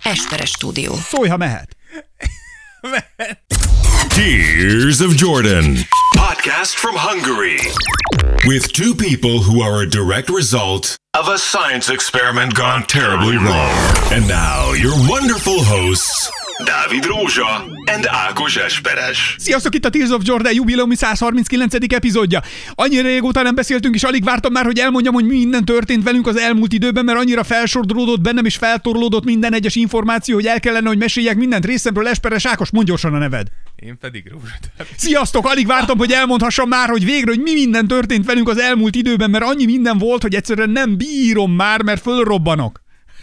Esperes stúdió. Szólj, ha mehet. Tears of Jordan. Podcast from Hungary. With two people who are a direct result of a science experiment gone terribly wrong. And now your wonderful hosts, Dávid Rózsa and Ákos Esperes. Sziasztok, itt a Tears of Jordan jubileumi 139. epizódja. Annyira régóta nem beszéltünk, és alig vártam már, hogy elmondjam, hogy mi minden történt velünk az elmúlt időben, mert annyira felsodródott bennem, és feltorlódott minden egyes információ, hogy el kellene, hogy meséljek mindent részemről. Esperes Ákos, mondj gyorsan a neved. Én pedig Rózsa. Sziasztok, alig vártam, hogy elmondhassam már, hogy végre, hogy mi minden történt velünk az elmúlt időben, mert annyi minden volt, hogy egyszerűen nem bírom már, mert fölrobbanok.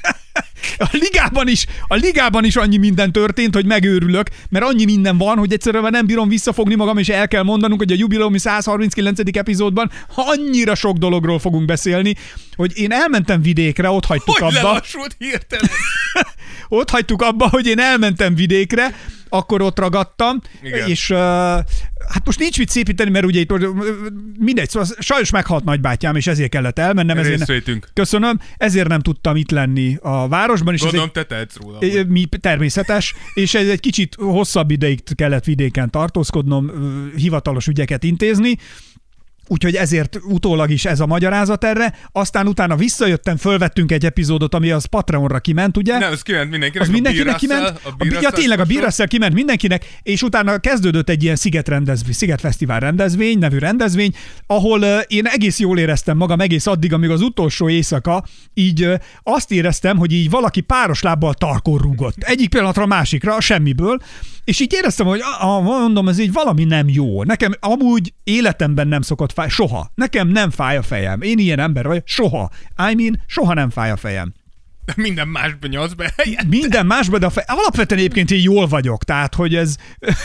A ligában is annyi minden történt, hogy megőrülök, mert annyi minden van, hogy egyszerűen nem bírom visszafogni magam, és el kell mondanunk, hogy a jubileumi 139. epizódban annyira sok dologról fogunk beszélni, hogy én elmentem vidékre, ott hagytuk hogy abba. Lelassult hirtelen. Ott hagytuk abba, hogy én elmentem vidékre, akkor ott ragadtam, igen. És hát most nincs mit szépíteni, mert ugye itt mindegy, szóval sajnos meghalt nagybátyám, és ezért kellett elmennem. Köszönöm, ezért nem tudtam itt lenni a városban. Gondolom, te tehetsz róla. Természetes, és ez egy kicsit hosszabb ideig kellett vidéken tartózkodnom, hivatalos ügyeket intézni, úgyhogy ezért utólag is ez a magyarázat erre. Aztán utána visszajöttem, fölvettünk egy epizódot, ami az Patreonra kiment, ugye? Nem, az kiment mindenkinek. Az mindenkinek kiment. Tényleg a Bírrasszel kiment mindenkinek, és utána kezdődött egy ilyen Szigetfesztivál rendezvény, nevű rendezvény, ahol én egész jól éreztem magam egész addig, amíg az utolsó éjszaka így azt éreztem, hogy így valaki páros lábbal tarkon rúgott. Egyik pillanatra a másikra, a semmiből, és így éreztem, hogy mondom, ez így valami nem jó. Nekem amúgy életemben nem szokott fáj, soha. Nekem nem fáj a fejem. Én ilyen ember vagyok, soha. Soha nem fáj a fejem. Minden másban nyolc be. Minden másban, de alapvetően egyébként én jól vagyok, tehát, hogy ez...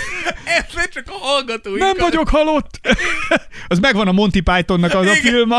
Ez csak a hallgatóink. Nem vagyok halott. Az megvan a Monty Pythonnak az a film.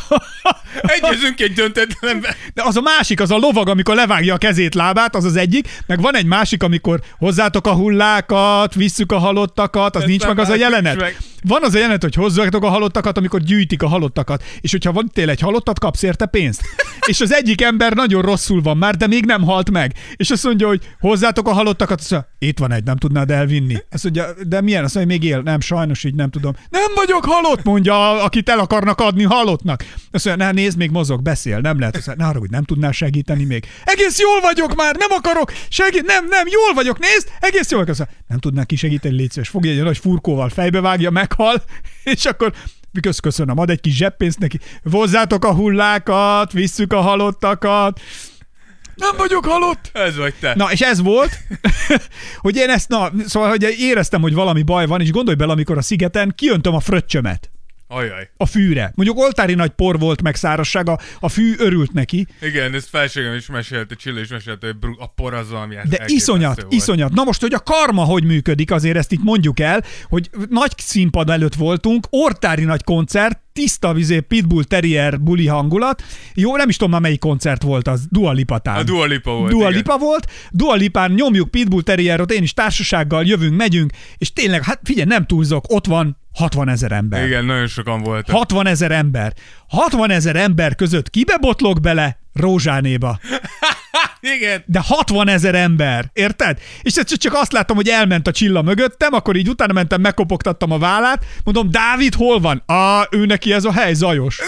Egyezünk egy döntetlenben. De az a másik, az a lovag, amikor levágja a kezét, lábát, az az egyik, meg van egy másik, amikor hozzátok a hullákat, visszük a halottakat, az nincs meg az a jelenet. Van az a jelenet, hogy hozzátok a halottakat, amikor gyűjtik a halottakat, és hogyha van tél egy halottat, kapsz érte pénzt. És az egyik ember nagyon rosszul van már, de még nem halt meg. És azt mondja, hogy hozzátok a halottakat, azt mondja, itt van egy, nem tudnád elvinni. Azt mondja, de milyen? Azt mondja, még él. Nem, sajnos így nem tudom. Nem vagyok halott, mondja, akit el akarnak adni halottnak. Azt mondja, nézd, még mozog, beszél, nem lehet. Azt mondja, ne haragudj, nem tudnál segíteni még. Egész jól vagyok már, nem akarok nem, jól vagyok, nézd, egész jól vagyok. Azt mondja, nem tudnál kisegíteni, légy szíves. Fogja egy nagy furkóval, fejbevágja, meghal, és akkor köszönöm, ad egy kis zseppénzt neki, hozzátok a hullákat, visszük a halottakat. Nem vagyok halott! Ez vagy te. Na, és ez volt, hogy én ezt, szóval, hogy éreztem, hogy valami baj van, és gondolj bele, amikor a szigeten kiöntöm a fröccsömet. Ajaj. A fűre. Mondjuk oltári nagy por volt, meg szárazság, a fű örült neki. Igen, ezt felségem is mesélte, Csilla is mesélte, hogy a por az valami. De iszonyat. Na most, hogy a karma hogy működik, azért ezt itt mondjuk el, hogy nagy színpad előtt voltunk, oltári nagy koncert, tiszta Pitbull Terrier buli hangulat. Jó, nem is tudom már melyik koncert volt az, Dua Lipatán. A Dua Lipa volt. Dua Lipa volt. Dua Lipán nyomjuk Pitbull Terrierot, én is társasággal jövünk, megyünk, és tényleg, hát figyelj, nem túlzok, ott van 60 000 ember. Igen, nagyon sokan voltak. 60 000 ember. 60 000 ember között kibe botlok bele? Rózsánéba. Igen. De 60 000 ember, érted? És csak azt láttam, hogy elment a Csilla mögöttem, akkor így utána mentem, megkopogtattam a vállát, mondom, Dávid hol van? Ő neki ez a hely zajos.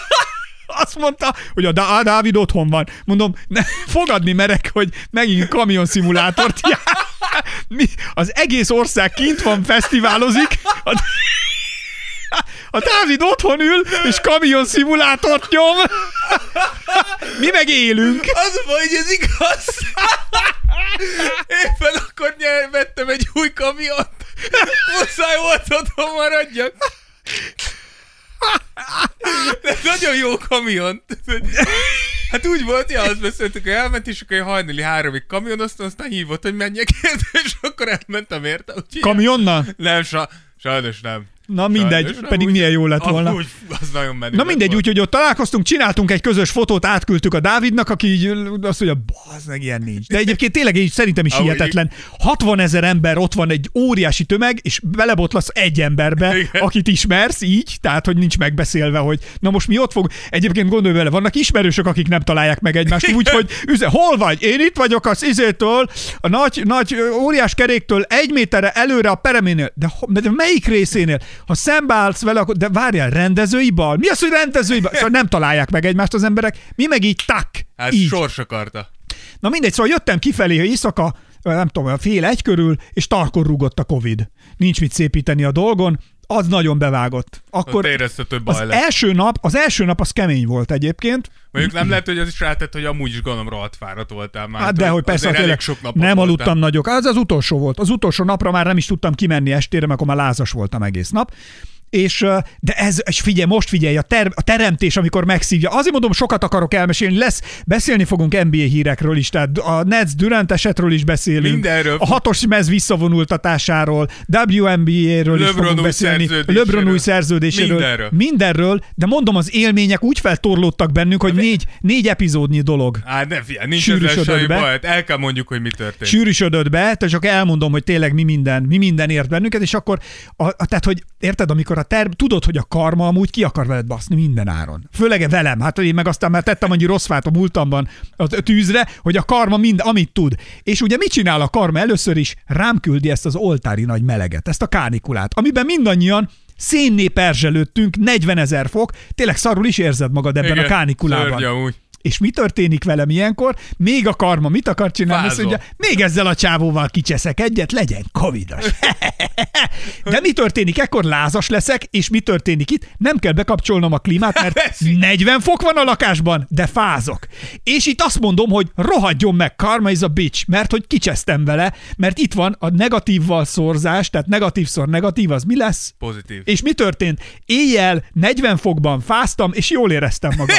Azt mondta, hogy a Dávid otthon van. Mondom, fogadni merek, hogy megint kamionszimulátor. Az egész ország kint van, fesztiválozik. A Dávid otthon ül, és kamionszimulátort nyom. Mi meg élünk. Az baj, hogy ez igaz. Éppen akkor vettem egy új kamiont. Muszáj volt otthon maradjak. De nagyon jó kamion. Hát úgy volt, azt beszéltük, hogy elment, és akkor hajnali 3-ig kamionoztam, aztán hívott, hogy menjek érte, és akkor elmentem érte. Kamionnal? Nem, sajnos nem. Na mindegy, Sajnos, pedig milyen jó lett volna. Amúgy, az nagyon menő. Na mindegy, úgyhogy ott találkoztunk, csináltunk egy közös fotót, átküldtük a Dávidnak, aki így azt mondja, bazd meg, ilyen nincs. De egyébként tényleg így szerintem is hihetetlen. 60 000 ember, ott van egy óriási tömeg, és belebotlasz egy emberbe, igen, akit ismersz így, tehát hogy nincs megbeszélve, hogy na most mi ott fog. Egyébként gondolj vele, vannak ismerősök, akik nem találják meg egymást, úgyhogy hol vagy? Én itt vagyok az izétől, a nagy óriás keréktől 1 méterre előre a pereménél. De melyik részénél? Ha szembeállsz vele, akkor, de várjál, rendezői bal? Mi az, hogy rendezői bal? Szóval nem találják meg egymást az emberek. Mi meg így Hát így. sors akarta. Na mindegy, szóval jöttem kifelé éjszaka, nem tudom, 12:30 körül, és tarkon rúgott a Covid. Nincs mit szépíteni a dolgon, az nagyon bevágott. Akkor az első nap az kemény volt egyébként. Mondjuk nem lehet, hogy az is rátett, hogy amúgy is gondolom rohadt fáradt voltál már. Hát de hogy persze, tényleg nem aludtam nagyok. Az utolsó volt. Az utolsó napra már nem is tudtam kimenni estére, mert akkor már lázas voltam egész nap. De és figyelj, most figyelj, a teremtés, amikor megszívja. Azért mondom, sokat akarok elmesélni, beszélni fogunk NBA hírekről is, tehát a Nets Durant esetről is beszélünk. Mindenről. A 6-os mez visszavonultatásáról, WNBA-ről is fogunk beszélni. LeBron új szerződéséről. Mindenről, de mondom, az élmények úgy feltorlódtak bennünk, hogy négy epizódnyi dolog. Ne figyelj, nincs ezzel semmi baj, el kell mondjuk, hogy mi történt. Sűrűsödött be, tehát csak elmondom, hogy tényleg mi minden ért bennünket, és akkor, tehát, hogy érted, amikor tudod, hogy a karma amúgy ki akar veled baszni minden áron. Főleg velem, hát én meg aztán már tettem annyi rossz fát a múltamban a tűzre, hogy a karma amit tud. És ugye mit csinál a karma? Először is rám küldi ezt az oltári nagy meleget, ezt a kánikulát, amiben mindannyian szénné perzselődtünk, 40 000 fok, tényleg szarul is érzed magad ebben a kánikulában. És mi történik velem ilyenkor? Még a karma mit akar csinálni? Azt mondja, még ezzel a csávóval kicseszek egyet, legyen covidos. De mi történik? Ekkor lázas leszek, és mi történik itt? Nem kell bekapcsolnom a klímát, mert 40 fok van a lakásban, de fázok. És itt azt mondom, hogy rohadjon meg, karma is a bitch, mert hogy kicsesztem vele, mert itt van a negatívval szorzás, tehát negatívszor negatív, az mi lesz? Pozitív. És mi történt? Éjjel 40 fokban fáztam, és jól éreztem magam.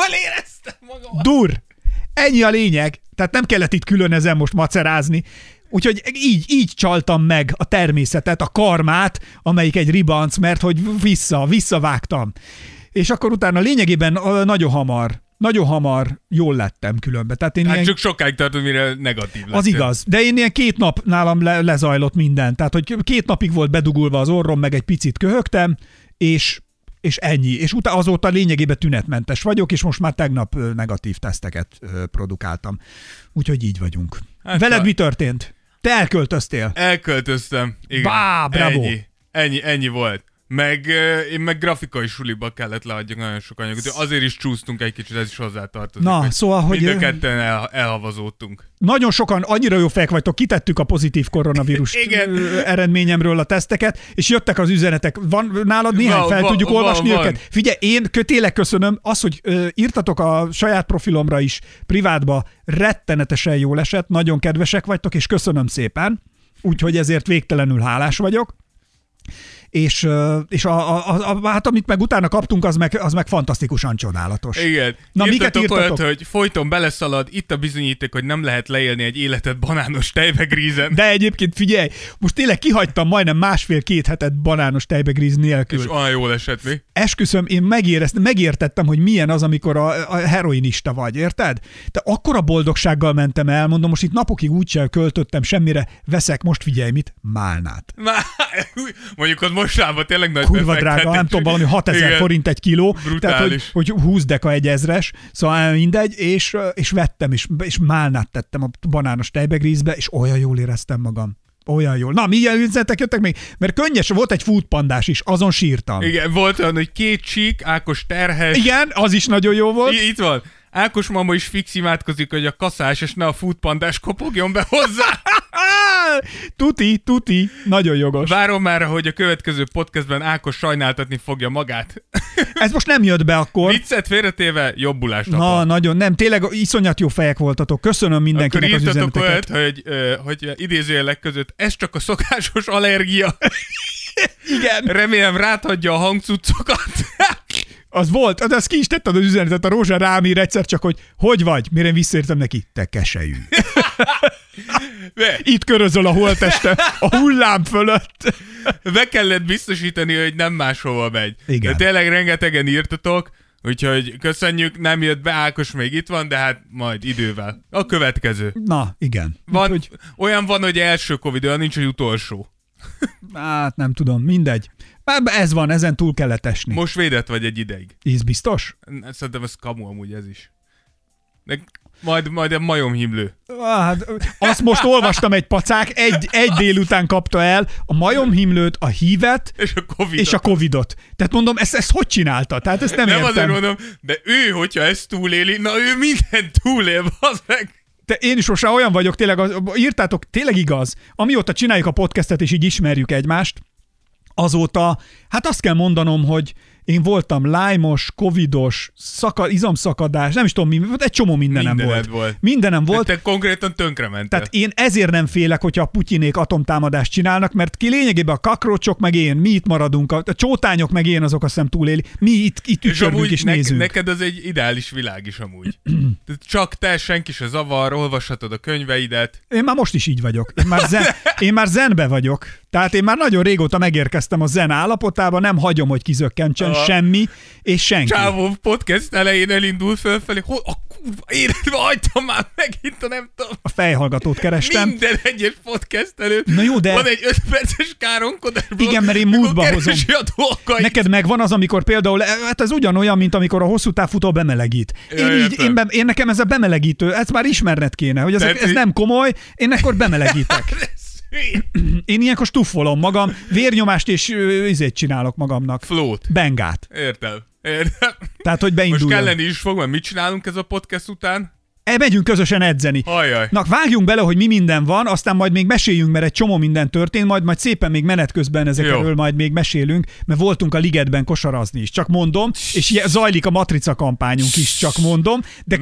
Dur! Ennyi a lényeg. Tehát nem kellett itt külön ezen most macerázni. Úgyhogy így csaltam meg a természetet, a karmát, amelyik egy ribanc, mert hogy visszavágtam. És akkor utána lényegében nagyon hamar jól lettem különben. Tehát én csak sokáig tartott, mire negatív lettem. Az igaz. De én ilyen 2 nap nálam lezajlott minden. Tehát, hogy 2 napig volt bedugulva az orrom, meg egy picit köhögtem, és ennyi. És azóta lényegében tünetmentes vagyok, és most már tegnap negatív teszteket produkáltam. Úgyhogy így vagyunk. Hát veled mi történt? Te elköltöztél? Elköltöztem. Igen. Bravo. Ennyi volt. Én meg grafikai suliba kellett leadjak nagyon sok anyagot. Azért is csúsztunk egy kicsit, ez is hozzátartozik. Na, szóval, hogy mind a ketten elhavazódtunk. Nagyon sokan annyira jó fejek vagytok, kitettük a pozitív koronavírus eredményemről a teszteket, és jöttek az üzenetek. Van nálad néhány, fel tudjuk olvasni őket? Figyelj, én tényleg köszönöm az, hogy írtatok a saját profilomra is, privátba, rettenetesen jól esett, nagyon kedvesek vagytok, és köszönöm szépen. Úgyhogy ezért végtelenül hálás vagyok. És hát amit meg utána kaptunk, az meg fantasztikusan csodálatos. Igen. Na, miket írtatok? Olyat, hogy folyton beleszalad, itt a bizonyíték, hogy nem lehet leélni egy életet banános tejbegrízen. De egyébként figyelj, most tényleg kihagytam majdnem 1,5-2 hetet banános tejbegríz nélkül. És olyan jól esett, mi? Esküszöm, én megértettem, hogy milyen az, amikor a heroinista vagy, érted? De akkora boldogsággal mentem el, mondom, most itt napokig úgyse költöttem semmire, veszek, most figyelj mit, málnát. Mondjuk az mostában tényleg nagy kurva drága, nem tudom, valami 6000 forint egy kiló. Brutális. Tehát, hogy 20 deka egy 1000-es, szóval mindegy, és vettem, és málnát tettem a banános tejbegrízbe, és olyan jól éreztem magam. Olyan jól. Na, milyen üzenetek jöttek még? Mert könnyes, volt egy foodpandás is, azon sírtam. Igen, volt olyan, hogy 2 csík, Ákos terhes. Igen, az is nagyon jó volt. Itt van. Ákos mama is fix imádkozik, hogy a kaszás és ne a foodpandás kopogjon be hozzá. Tuti, nagyon jogos. Várom már, hogy a következő podcastben Ákos sajnáltatni fogja magát. Ez most nem jött be akkor. Viccet félretéve, jobbulást apa. Na, nagyon, nem, tényleg iszonyat jó fejek voltatok. Köszönöm mindenkinek akkor az üzeneteket. Akkor írtatok olyat, hogy idézőjelek között, ez csak a szokásos allergia. Igen. Remélem ráthagyja a hangcuccokat. Az volt, de azt ki is tetted az üzenetet, a Rózsa rám ír egyszer csak, hogy vagy, mire visszaértem neki, te keselyű. Itt körözöl a holtteste a hullám fölött. Be kellett biztosítani, hogy nem máshova megy. Igen. De tényleg rengetegen írtatok, úgyhogy köszönjük, nem jött be, Ákos még itt van, de hát majd idővel. A következő. Na, igen. Olyan van, hogy első Covid, olyan nincs, hogy utolsó. Hát nem tudom, mindegy. Ez van, ezen túl kellett esni. Most védett vagy egy ideig. Ez biztos? Szerintem ez kamu amúgy ez is. De majd a majomhimlő. Hát, azt most olvastam egy pacák, egy délután kapta el a majomhimlőt, a hívet és a covidot. Tehát mondom, ezt hogy csinálta? Tehát ezt nem értem. Azért mondom, de ő, hogyha ezt túléli, na ő mindent túlél, bazd meg. De én is most olyan vagyok, tényleg, írtátok, tényleg igaz. Amióta csináljuk a podcastet, és így ismerjük egymást, azóta, hát azt kell mondanom, hogy én voltam lájmos, covidos, izomszakadás, nem is tudom mi, egy csomó mindenem volt. Mindenem volt. Te konkrétan tönkrementél. Tehát én ezért nem félek, hogyha a Putyinék atomtámadást csinálnak, mert ki lényegében a kakrocsok meg én, mi itt maradunk, a csótányok meg én, azok azt hiszem túléli. Mi itt ücsörgünk és nézünk. Neked az egy ideális világ is amúgy. Csak te, senki se zavar, olvashatod a könyveidet. Én már most is így vagyok. Én már zenbe vagyok. Tehát én már nagyon régóta megérkeztem a zen állapotába, nem hagyom, hogy kizökkentsen semmi és senki. Csávó podcast elején elindul fölfelé, hol a kurva életbe hagytam már megint, nem tudom. A fejhallgatót kerestem. Minden egyes podcast előtt na jó, de... van egy 5 perces káronkodás. Igen, mert én múltba hozom. Neked megvan az, amikor például, hát ez ugyanolyan, mint amikor a hosszú távfutó bemelegít. Én nekem ez a bemelegítő, ezt már ismerned kéne, hogy ez nem komoly, én ekkor bemelegítek. Én ilyenkor stuffolom magam, vérnyomást és izét csinálok magamnak. Flót. Bengát. Értem. Tehát, hogy beinduljon. Most kelleni is fog, mert mit csinálunk ez a podcast után? Megyünk közösen edzeni. Ajaj. Na, vágjunk bele, hogy mi minden van, aztán majd még meséljünk, mert egy csomó minden történt, majd szépen még menet közben ezekről majd még mesélünk, mert voltunk a ligetben kosarazni is, csak mondom, és zajlik a matrica kampányunk is, csak mondom,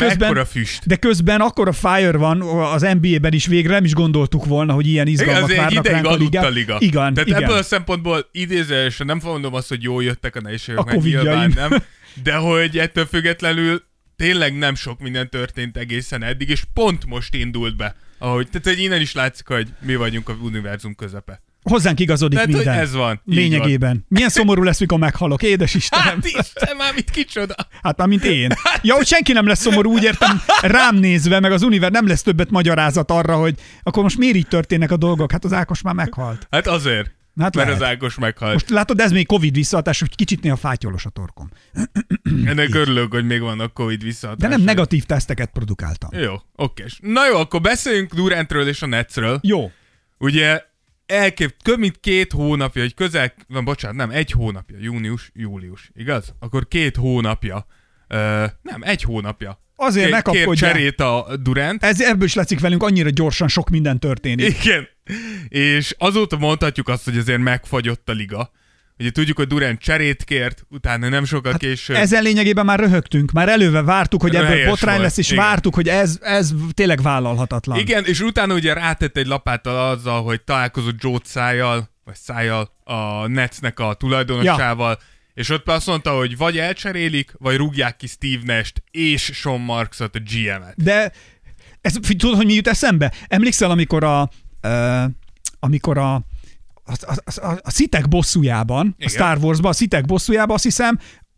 de közben akkora fire van az NBA-ben is végre, nem is gondoltuk volna, hogy ilyen izgalmak várnak ránk a ligát. Igen. Tehát ebből a szempontból idézősen nem mondom azt, hogy jól jöttek a nehézségek, mert nyilván nem, de hogy ettől függetlenül tényleg nem sok minden történt egészen eddig, és pont most indult be. Tehát hogy innen is látszik, hogy mi vagyunk a univerzum közepe. Hozzánk igazodik tehát, minden. Ez van. Lényegében. Van. Milyen szomorú lesz, mikor meghalok, édes Istenem. Hát Isten, már mit kicsoda. Hát már mint én. Ja, hogy senki nem lesz szomorú, úgy értem, rám nézve, meg az univerzum nem lesz többet magyarázat arra, hogy akkor most miért így történnek a dolgok? Hát az Ákos már meghalt. Hát azért. Hát mert az Ákos meghalt. Most látod, ez még Covid visszahatás, hogy kicsit néha fátyolos a torkom. Ennek örülök, hogy még vannak Covid visszahatások. De nem negatív teszteket produkáltam. Jó, okés. Na jó, akkor beszéljünk Durantről és a Netsről. Jó. Ugye több mint 2 hónapja, hogy egy hónapja, július, igaz? Akkor 2 hónapja, nem, 1 hónapja. Azért ne kapkodjál. Kér cserét a Durant. Ebből is látszik velünk, annyira gyorsan sok minden történik. Igen. És azóta mondhatjuk azt, hogy azért megfagyott a liga. Ugye tudjuk, hogy Durant cserét kért, utána nem sokkal később. Ezen lényegében már röhögtünk, már előve vártuk, hogy ebből botrány lesz, és igen. Vártuk, hogy ez tényleg vállalhatatlan. Igen, és utána ugye rátett egy lapáttal azzal, hogy találkozott Joe Tsai-jal, a Netsnek a tulajdonosával, és ott azt mondta, hogy vagy elcserélik, vagy rúgják ki Steve Nash-t és Sean Marksot, a GM-et. De tudod, hogy mi jut eszembe? Emlékszel, amikor a Sithek bosszújában, igen. A Star Warsban, a Sithek bosszújában azt hiszem,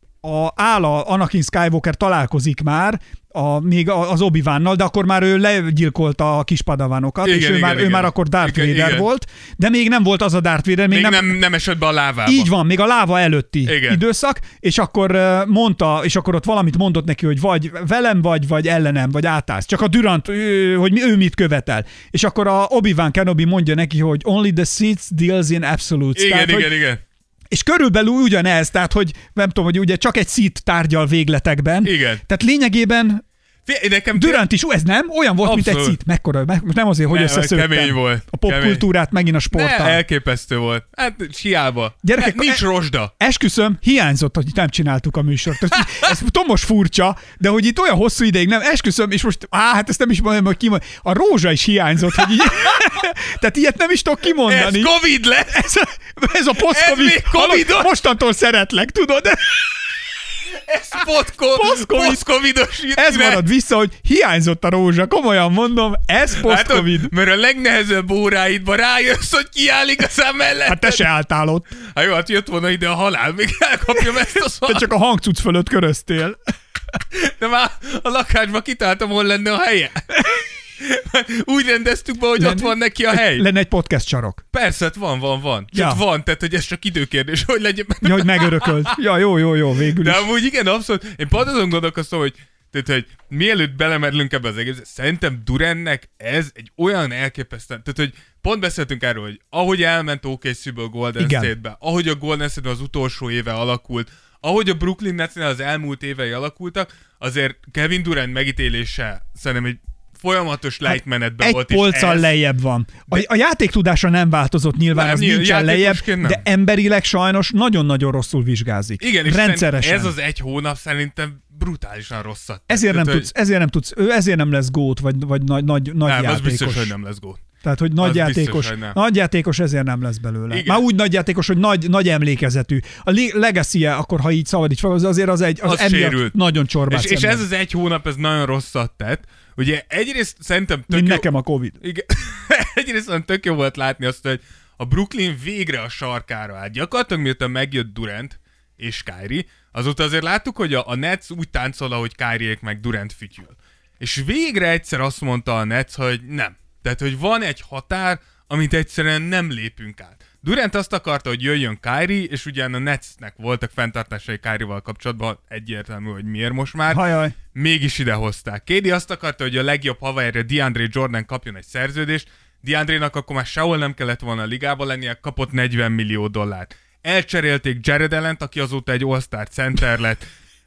Anakin Skywalker találkozik már, még az Obi-Wannal, de akkor már ő legyilkolta a kis padavanokat, és ő már akkor Darth Vader volt, de még nem volt az a Darth Vader. Még nem esett be a lávába. Így van, még a láva előtti időszak, és akkor mondta, és akkor ott valamit mondott neki, hogy vagy velem vagy ellenem, vagy átállsz. Csak a Durant, hogy ő mit követel. És akkor a Obi-Wan Kenobi mondja neki, hogy only the Sith deals in absolutes. Igen. És körülbelül ugyanez, tehát, hogy nem tudom, hogy ugye csak egy Sith tárgyal végletekben. Igen. Tehát lényegében Durant is, ez nem? Olyan volt, abszolút. Mint egy Sith. Mekkora, nem azért, hogy összeszöktem. Kemény volt. A popkultúrát megint a sporttal. Elképesztő volt. Hát hiába. Gyerekek, nincs rozsda. Esküszöm, hiányzott, hogy nem csináltuk a műsort. Ez tomos furcsa, de hogy itt olyan hosszú ideig nem, esküszöm, és most, hát ezt nem is mondom, hogy kimondani. A rózsa is hiányzott, hogy így, tehát ilyet nem is tudok kimondani. Ez Covid lesz. Ez a post-Covid. Mostantól szeretlek, tudod? Ez post-covidos. Ez marad vissza, hogy hiányzott a rózsa. Komolyan mondom, ez post-covid. Hát, mert a legnehezebb óráidban rájössz, hogy kiáll igazán mellett. Hát te se álltál ott. Hát jó, hát jött volna ide a halál, még elkapjam ezt a szart. Te csak a hangcucc fölött köröztél. De már a lakásban kitáltam, hol lenne a helye. Úgy rendeztük be, hogy ott van neki a hely. Lenne egy podcast sarok. Persze, van. Csak van, tehát hogy ez csak időkérdés, hogy legyen. Ja, hogy megörökölt. Ja, jó, végül is. De amúgy igen, abszolút. Én pont azon gondolkoztam, hogy mielőtt belemerülünk ebbe az egész, szerintem Durantnek ez egy olyan elképesztő, tehát hogy pont beszéltünk erről, hogy ahogy elment OKC-ből Golden State-be, ahogy a Golden State az utolsó éve alakult, ahogy a Brooklyn Netsnél az elmúlt évei alakultak, azért Kevin Durant megítélése szerintem egy folyamatos lejtmenetben volt. Egy polccal lejjebb van. A játéktudása nem változott nyilván, az nincsen lejjebb, de emberileg sajnos nagyon-nagyon rosszul vizsgázik. Igen, és rendszeresen. Ez az egy hónap szerintem brutálisan rosszat. Ezért nem lesz GOAT, vagy nagy játékos. Az biztos, hogy nem lesz GOAT. Tehát, hogy nagy játékos ezért nem lesz belőle. Igen. Már úgy nagy játékos, hogy nagy emlékezetű. A legacy-je, akkor ha így szabadít fel, azért az emiatt nagyon csorbát. És ez az egy hónap, ez nagyon rosszat tett. Ugye egyrészt szerintem mint nekem a Covid. Igen. Egyrészt szerintem tök jó volt látni azt, hogy a Brooklyn végre a sarkára állt. Gyakorlatilag miután megjött Durant és Kyrie, azóta azért láttuk, hogy a Nets úgy táncol, ahogy Kyriék meg Durant fütyül. És végre egyszer azt mondta a Nets, hogy nem. Tehát, hogy van egy határ, amit egyszerűen nem lépünk át. Durant azt akarta, hogy jöjjön Kyrie, és ugyan a Netsnek voltak fenntartásai Kyrie-val kapcsolatban, egyértelmű, hogy miért most már. Hajaj. Mégis ide hozták. KD azt akarta, hogy a legjobb haverja DeAndre Jordan kapjon egy szerződést, DeAndre-nak akkor már sehol nem kellett volna a ligában lennie, kapott $40 millió. Elcserélték Jared Allent, aki azóta egy All-Star center lett.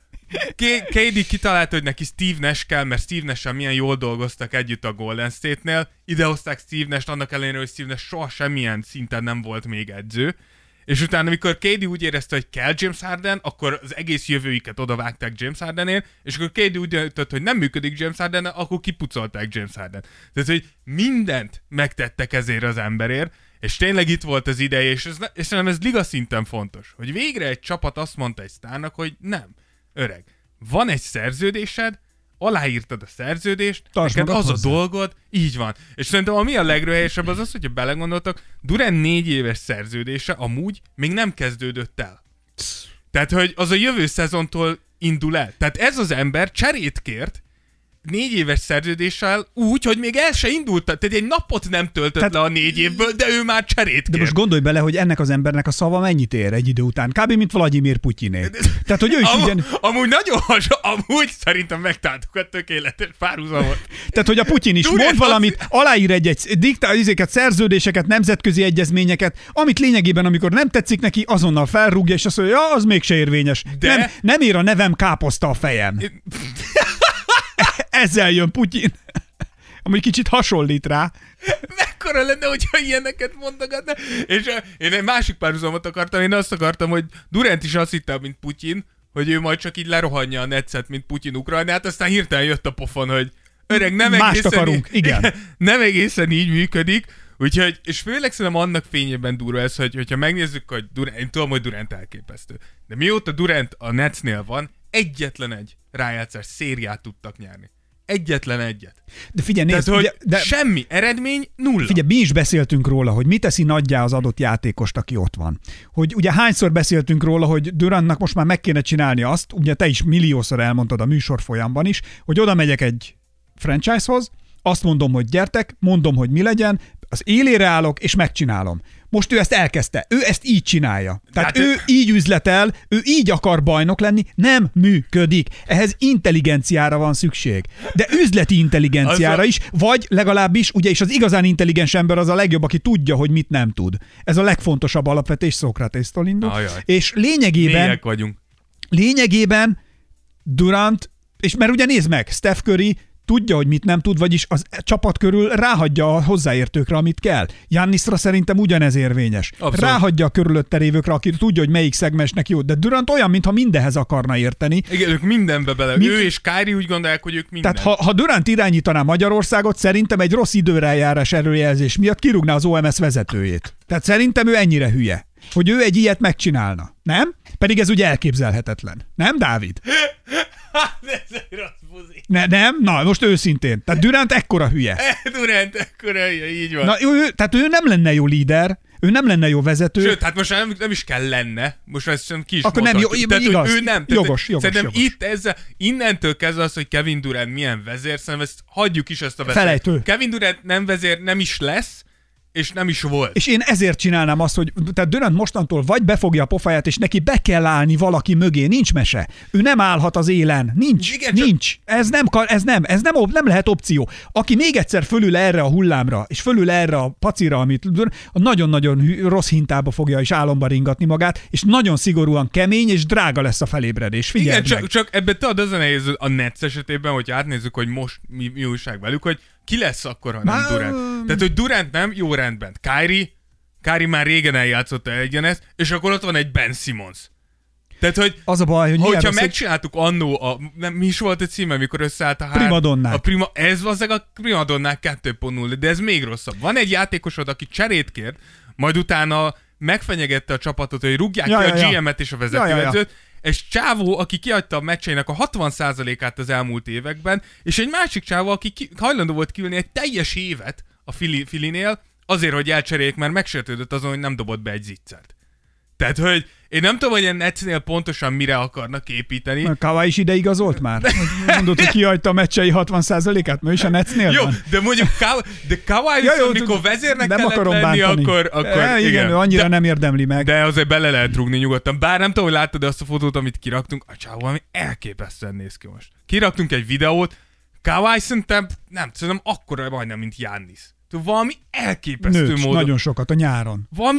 KD kitalálta, hogy neki Steve Nash kell, mert Steve Nash-sal milyen jól dolgoztak együtt a Golden State-nél. Idehozták Steve Nash-t, annak ellenére, hogy Steve Nash soha semmilyen szinten nem volt még edző. És utána, amikor KD úgy érezte, hogy kell James Harden, akkor az egész jövőiket odavágták James Hardenért, és akkor KD úgy döntött, hogy nem működik James Harden, akkor kipucolták James Harden. Tehát, hogy mindent megtettek ezért az emberért, és tényleg itt volt az ideje, és szerintem ez liga szinten fontos, hogy végre egy csapat azt mondta egy sztárnak, hogy nem, öreg, van egy szerződésed, aláírtad a szerződést, neked az a dolgod, így van. És szerintem ami a legrőhelyesebb az, hogyha belegondoltak, Durant 4 éves szerződése amúgy még nem kezdődött el. Tehát, hogy az a jövő szezontól indul el. Tehát ez az ember cserét kért 4 éves szerződéssel úgy, hogy még el se indult. Tehát egy napot nem töltött le a 4 évből, de ő már cserét kért. De most gondolj bele, hogy ennek az embernek a szava mennyit ér egy idő után. Kb. Mint Vladimir Putyiné. Tehát, hogy ő is amúgy nagyon amúgy szerintem megtaláltuk a tökéletes párhuzamot. Tehát, hogy a Putyin is mond valamit, aláír egy szerződéseket, nemzetközi egyezményeket, amit lényegében, amikor nem tetszik neki, azonnal felrúgja, és azt mondja, ja, az mégse érvényes. De... Nem ér a nevem káposzta a fejem. Ezzel jön Putyin. Amúgy kicsit hasonlít rá. Mekkora lenne, hogyha ilyeneket mondogatna? És én egy másik párhuzamot akartam, én azt akartam, hogy Durant is azt hitte, mint Putyin, hogy ő majd csak így lerohanja a Netszet, mint Putyin Ukrajnát, aztán hirtelen jött a pofon, hogy öreg, nem egészen így működik. Úgyhogy, és főleg szerintem annak fényében durva ez, hogyha megnézzük, hogy én tudom, hogy Durant elképesztő. De mióta Durant a Netsnél van, egyetlen egy rájátszás szériát tudtak nyerni. Egyetlen egyet. De figyelj, nézd, de semmi eredmény, nulla. Figyelj, mi is beszéltünk róla, hogy mit teszi nagyjá az adott játékost, aki ott van. Hogy ugye hányszor beszéltünk róla, hogy Durantnak most már meg kéne csinálni azt, ugye te is milliószor elmondtad a műsor folyamban is, hogy oda megyek egy franchise-hoz, azt mondom, hogy gyertek, mondom, hogy mi legyen, az élére állok, és megcsinálom. Most ő ezt elkezdte. Ő ezt így csinálja. Tehát ő így üzletel, ő így akar bajnok lenni, nem működik. Ehhez intelligenciára van szükség. De üzleti intelligenciára is, vagy legalábbis, ugye, és az igazán intelligens ember az a legjobb, aki tudja, hogy mit nem tud. Ez a legfontosabb alapvetés Szókratésztól indul. És lényegében Durant, és mert ugye nézd meg, Steph Curry tudja, hogy mit nem tud, vagyis az csapat körül ráhagyja a hozzáértőkre, amit kell. Giannisra szerintem ugyanez érvényes. Abszolút. Ráhagyja a körülötte lévőkre, aki tudja, hogy melyik szegmensnek jó. De Durant olyan, mintha mindenhez akarna érteni. Igen, ők mindenbe bele. Ő és Kyrie úgy gondolják, hogy ők minden. Tehát ha Durant irányítaná Magyarországot, szerintem egy rossz időrejárás előjelzés miatt kirúgná az OMS vezetőjét. Tehát szerintem ő ennyire hülye. hogy ő egy ilyet megcsinálna. Nem? Pedig ez ugye elképzelhetetlen. Nem, Dávid? Ez egy rossz buzi. Nem? Na, most őszintén. Tehát Durant ekkora hülye. Durant ekkora hülye, így van. Na, tehát ő nem lenne jó líder, ő nem lenne jó vezető. Sőt, hát most nem is kell lenne. Most ezt sem ki is akkor nem jó, tehát, igaz. Ő nem. Jogos. Szerintem itt innentől kezdve az, hogy Kevin Durant milyen vezér, szerintem ezt hagyjuk is ezt a vezér. Felejtő. Kevin Durant nem vezér, nem is lesz, és nem is volt. És én ezért csinálnám azt, hogy tehát Durant mostantól vagy befogja a pofáját, és neki be kell állni valaki mögé. Nincs mese. Ő nem állhat az élen. Nincs. Igen, nincs. Ez nem lehet opció. Aki még egyszer fölül erre a hullámra, és fölül erre a pacira, amit nagyon-nagyon rossz hintába fogja és álomba ringatni magát, és nagyon szigorúan kemény és drága lesz a felébredés. Figyeld igen, meg. csak ebben tudod, az a nehéz a Nets esetében, hogy átnézzük, hogy most mi újság velük, hogy ki lesz akkor, ha nem Durant. Tehát, hogy Durant nem, jó rendben. Kyrie már régen eljátszotta egyenezt, és akkor ott van egy Ben Simmons. Tehát, hogy az a baj, hogyha megcsináltuk annó, mi is volt a címe, mikor összeállt a Primadonnák. Ez valószínűleg a Primadonnák 2.0, de ez még rosszabb. Van egy játékosod, aki cserét kért, majd utána megfenyegette a csapatot, hogy rúgják ki a GM-et és a vezetőedzőt, és csávó, aki kiadta a meccseinek a 60%-át az elmúlt években, és egy másik csávó, aki hajlandó volt kiülni egy teljes évet a Phillynél, azért, hogy elcseréljék, mert megsértődött azon, hogy nem dobott be egy zicsert. Tehát, hogy én nem tudom, hogy a Netsnél pontosan mire akarnak építeni. Kawhi is ideigazolt már? Mondod, hogy kihagyta a meccsei 60%-át, mert is a Netsnél jó, van. De mondjuk Kawhi viszont, mikor vezérnek kellett lenni, akkor igen, ő annyira nem érdemli meg. De azért bele lehet rúgni nyugodtan. Bár nem tudom, hogy láttad azt a fotót, amit kiraktunk. A csávó valami elképesztően néz ki most. Kiraktunk egy videót, Kawhi szerintem akkora majdnem, mint Giannis. Valami elképesztő módon. Nagyon sokat a nyáron. Valami...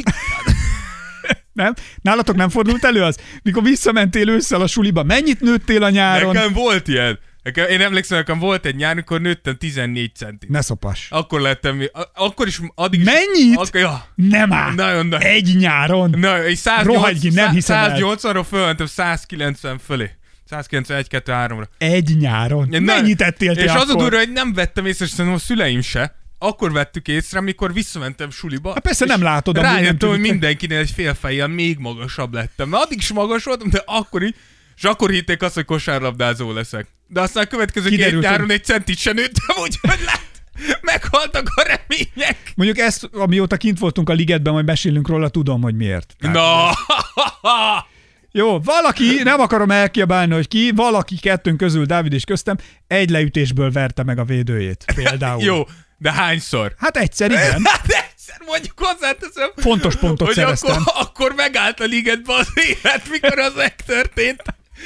Nem? Nálatok nem fordult elő az? Mikor visszamentél ősszel a suliba, mennyit nőttél a nyáron? Nekem volt ilyen. Én emlékszem, nekem volt egy nyár, amikor nőttem 14 centit. Ne szopas. Akkor lettem, akkor is, addig is... Mennyit? Nem áll. Nagyon. Egy nyáron. Na, és 180-ról fölmentem 190 fölé. 191-2-3-ra. Egy nyáron. Mennyit ettél te és akkor? És az a durva, hogy nem vettem észre, és szerintem a szüleim se. Akkor vettük észre, amikor visszamentem suliba. Hát persze nem látod. Rájöttem, hogy mindenkinél egy fél fejjel még magasabb lettem. Mert addig is magas voltam, de akkor hitték azt, hogy kosárlabdázó leszek. De aztán a következő két nyáron egy centit se nőttem, úgyhogy meghaltak a remények. Mondjuk ezt, amióta kint voltunk a ligetben, majd mesélünk róla, tudom, hogy miért. Jó, valaki, nem akarom elkiabálni, hogy ki, valaki kettőnk közül, Dávid és köztem, egy leütésből verte meg a védőjét. Például. Jó, de hányszor? Hát egyszer, igen. Mondjuk hozzáteszem, fontos pontot szereztem. Akkor megállt a ligetbe az élet, mikor az megtörtént.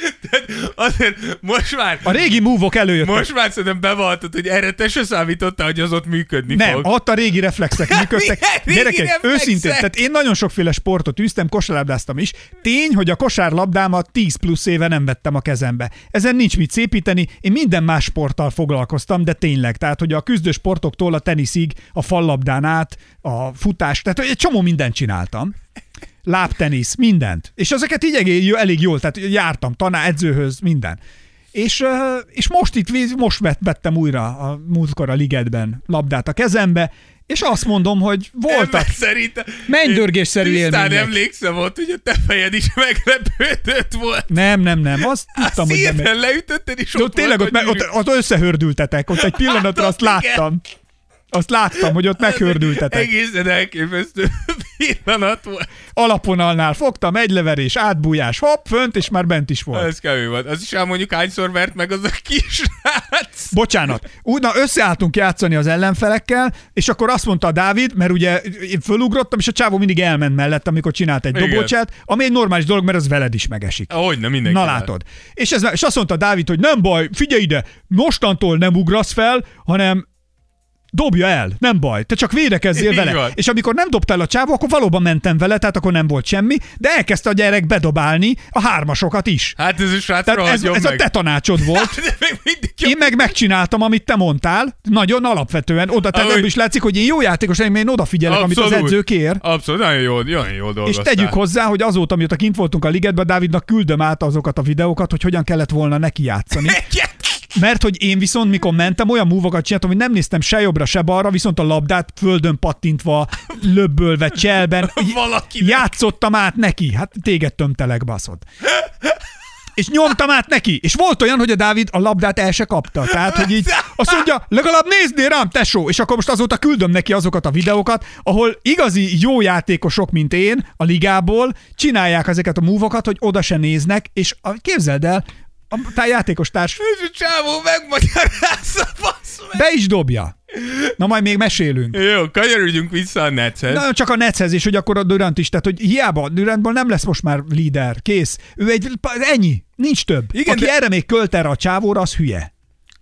Azért most már... A régi move-ok előjöttek. Most már szerintem bevalltad, hogy erre te se számítottál, hogy az ott működni nem, fog. Nem, ott a régi reflexek működtek. Gyerekek, őszintén, tehát én nagyon sokféle sportot űztem, kosárlabdáztam is. Tény, hogy a kosárlabdámat 10 plusz éve nem vettem a kezembe. Ezen nincs mit szépíteni, én minden más sporttal foglalkoztam, de tényleg, tehát hogy a küzdő sportoktól a teniszig, a fallabdán át, a futás, tehát egy csomó mindent csináltam. Lábtenisz, mindent. És ezeket így elég jól, tehát jártam edzőhöz, minden. És most vettem újra a múltkor a ligetben labdát a kezembe, és azt mondom, hogy voltak mennydörgésszerű élmények. Tisztán emlékszem volt, hogy a te fejed is meglepődött volt. Nem. Azt tudtam, hogy nem. Szépen leütötted, és ott tényleg ott összehördültetek. Ott egy pillanatra azt láttam. Azt láttam, hogy ott meghördültetek. Egészen elképesztő pillanat volt. Alaponalnál fogtam, egy leverés, átbújás, hopp, fönt, és már bent is volt. Ez kemény volt. Az is elmondjuk, hányszor vert meg az a kisrác. Bocsánat. Összeálltunk játszani az ellenfelekkel, és akkor azt mondta a Dávid, mert ugye én fölugrottam, és a csávó mindig elment mellett, amikor csinált egy dobócsát, ami egy normális dolog, mert az veled is megesik. Hogyne, mindenki. Na látod. És azt mondta Dávid, hogy nem baj, figyelj ide, mostantól nem ugrasz fel, hanem dobja el, nem baj, te csak védekezzél vele. Van. És amikor nem dobtál a csávó, akkor valóban mentem vele, tehát akkor nem volt semmi, de elkezdte a gyerek bedobálni a hármasokat is. Hát ez is ez a te tanácsod volt. Én megcsináltam, amit te mondtál, nagyon alapvetően. Ebből is látszik, hogy én jó játékos, én odafigyelek, abszolút, amit az edző kér. Abszolút, nagyon jól dolgoztál. És tegyük hozzá, hogy azóta, mióta kint voltunk a ligetben, Dávidnak küldöm át azokat a videókat, hogy hogyan kellett volna neki játszani. Mert hogy én viszont, mikor mentem, olyan múvokat csináltam, hogy nem néztem se jobbra, se balra, viszont a labdát földön pattintva, löbbölve, cselben, játszottam át neki. Hát téged tömtelek, baszod. És nyomtam át neki. És volt olyan, hogy a Dávid a labdát el se kapta. Tehát, hogy így azt mondja, legalább néznél rám, tesó. És akkor most azóta küldöm neki azokat a videókat, ahol igazi jó játékosok, mint én, a ligából csinálják ezeket a múvokat, hogy oda se néznek, és képzeld el, a játékos társ... És a csávó megmagyarázza, basz meg. Be is dobja. Na majd még mesélünk. Jó, kanyarodjunk vissza a Netshez. Na, csak a Netshez, és hogy akkor a Durant is, tehát hogy hiába Durantból nem lesz most már líder, kész. Ő ennyi, nincs több. Igen, aki erre még költ erre a csávóra, az hülye.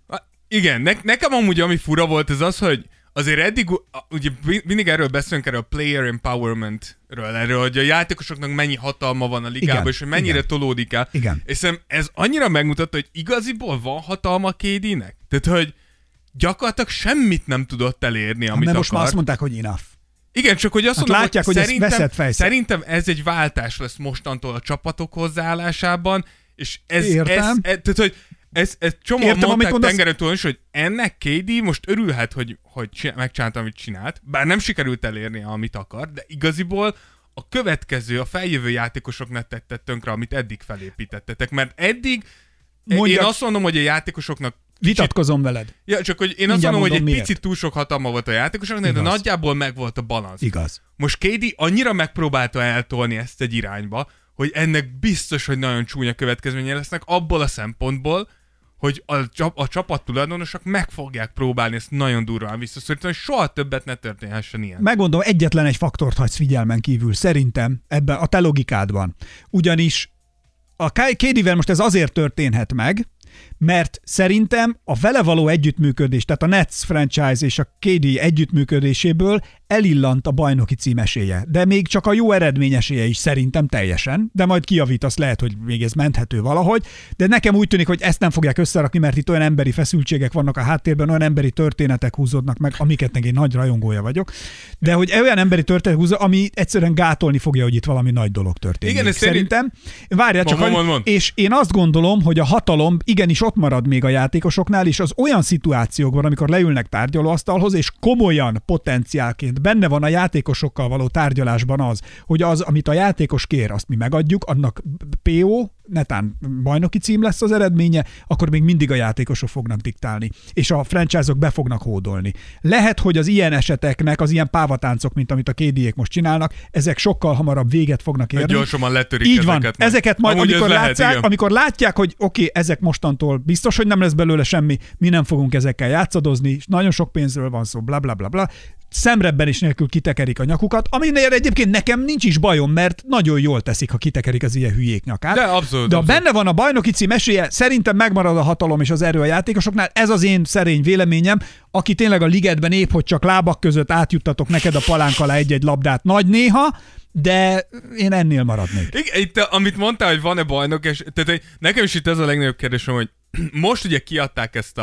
Igen, nekem amúgy ami fura volt, ez az, hogy azért eddig, ugye mindig erről beszélünk, erről a player empowermentről, erről, hogy a játékosoknak mennyi hatalma van a ligában, és hogy mennyire tolódik el. Igen. És szerintem ez annyira megmutatta, hogy igaziból van hatalma KD-nek. Tehát, hogy gyakorlatilag semmit nem tudott elérni, amit akar. Most már azt mondták, hogy enough. Igen, csak hogy azt mondom, látják, hogy szerintem ez egy váltás lesz mostantól a csapatok hozzáállásában, és tehát, hogy ez csomóan mondták tengeren túl is, hogy ennek KD most örülhet, hogy megcsinálta, amit csinált, bár nem sikerült elérni, amit akar, de igaziból a következő, a feljövő játékosoknak tettek tönkre, amit eddig felépítettetek, mert eddig én azt mondom, hogy a játékosoknak vitatkozom veled. Ja, csak hogy én azt mondom, hogy egy picit túl sok hatalma volt a játékosoknak, de nagyjából megvolt a balansz. Igaz. Most KD annyira megpróbálta eltolni ezt egy irányba, hogy ennek biztos, hogy nagyon csúnya következménye lesznek abból a szempontból, hogy a csapat tulajdonosok meg fogják próbálni ezt nagyon durván visszaszorítani, hogy soha többet ne történhessen ilyen. Megmondom, egyetlen egy faktort hagysz figyelmen kívül, szerintem ebben a te logikádban. Ugyanis a KD-vel most ez azért történhet meg, mert szerintem a vele való együttműködés, tehát a Nets franchise és a KD együttműködéséből elillant a bajnoki cím esélye. De még csak a jó eredmény esélye is szerintem teljesen, de majd kijavítasz, lehet, hogy még ez menthető valahogy, de nekem úgy tűnik, hogy ezt nem fogják összerakni, mert itt olyan emberi feszültségek vannak a háttérben, olyan emberi történetek húzódnak meg, amiket én nagy rajongója vagyok, de hogy olyan emberi történet húzódnak, ami egyszerűen gátolni fogja, hogy itt valami nagy dolog történik. Igen, szerintem. Várjál csak, és én azt gondolom, hogy a hatalom igenis ott marad még a játékosoknál, és az olyan szituációkban, amikor leülnek tárgyalóasztalhoz, és komolyan potenciálként benne van a játékosokkal való tárgyalásban az, hogy az, amit a játékos kér, azt mi megadjuk, annak PO, netán bajnoki cím lesz az eredménye, akkor még mindig a játékosok fognak diktálni, és a franchise-ok be fognak hódolni. Lehet, hogy az ilyen eseteknek, az ilyen pávatáncok, mint amit a KD-ék most csinálnak, ezek sokkal hamarabb véget fognak érni. Gyorsan letörik így ezeket. Van. Ezeket majd, amikor látják, hogy oké, ezek mostantól biztos, hogy nem lesz belőle semmi, mi nem fogunk ezekkel játszadozni, nagyon sok pénzről van szó, bla bla bla bla. Szemrebben is nélkül kitekerik a nyakukat, aminél egyébként nekem nincs is bajom, mert nagyon jól teszik, ha kitekerik az ilyen hülyék nyakát. De abszolút. De benne van a bajnoki cím esélye, szerintem megmarad a hatalom és az erő a játékosoknál. Ez az én szerény véleményem, aki tényleg a ligetben épp, hogy csak lábak között átjuttatok neked a palánk alá egy-egy labdát nagy néha, de én ennél maradnék. Igen, itt, amit mondtál, hogy van-e bajnok, és tehát nekem is itt ez a legnagyobb kérdésem, hogy most ugye kiadták ezt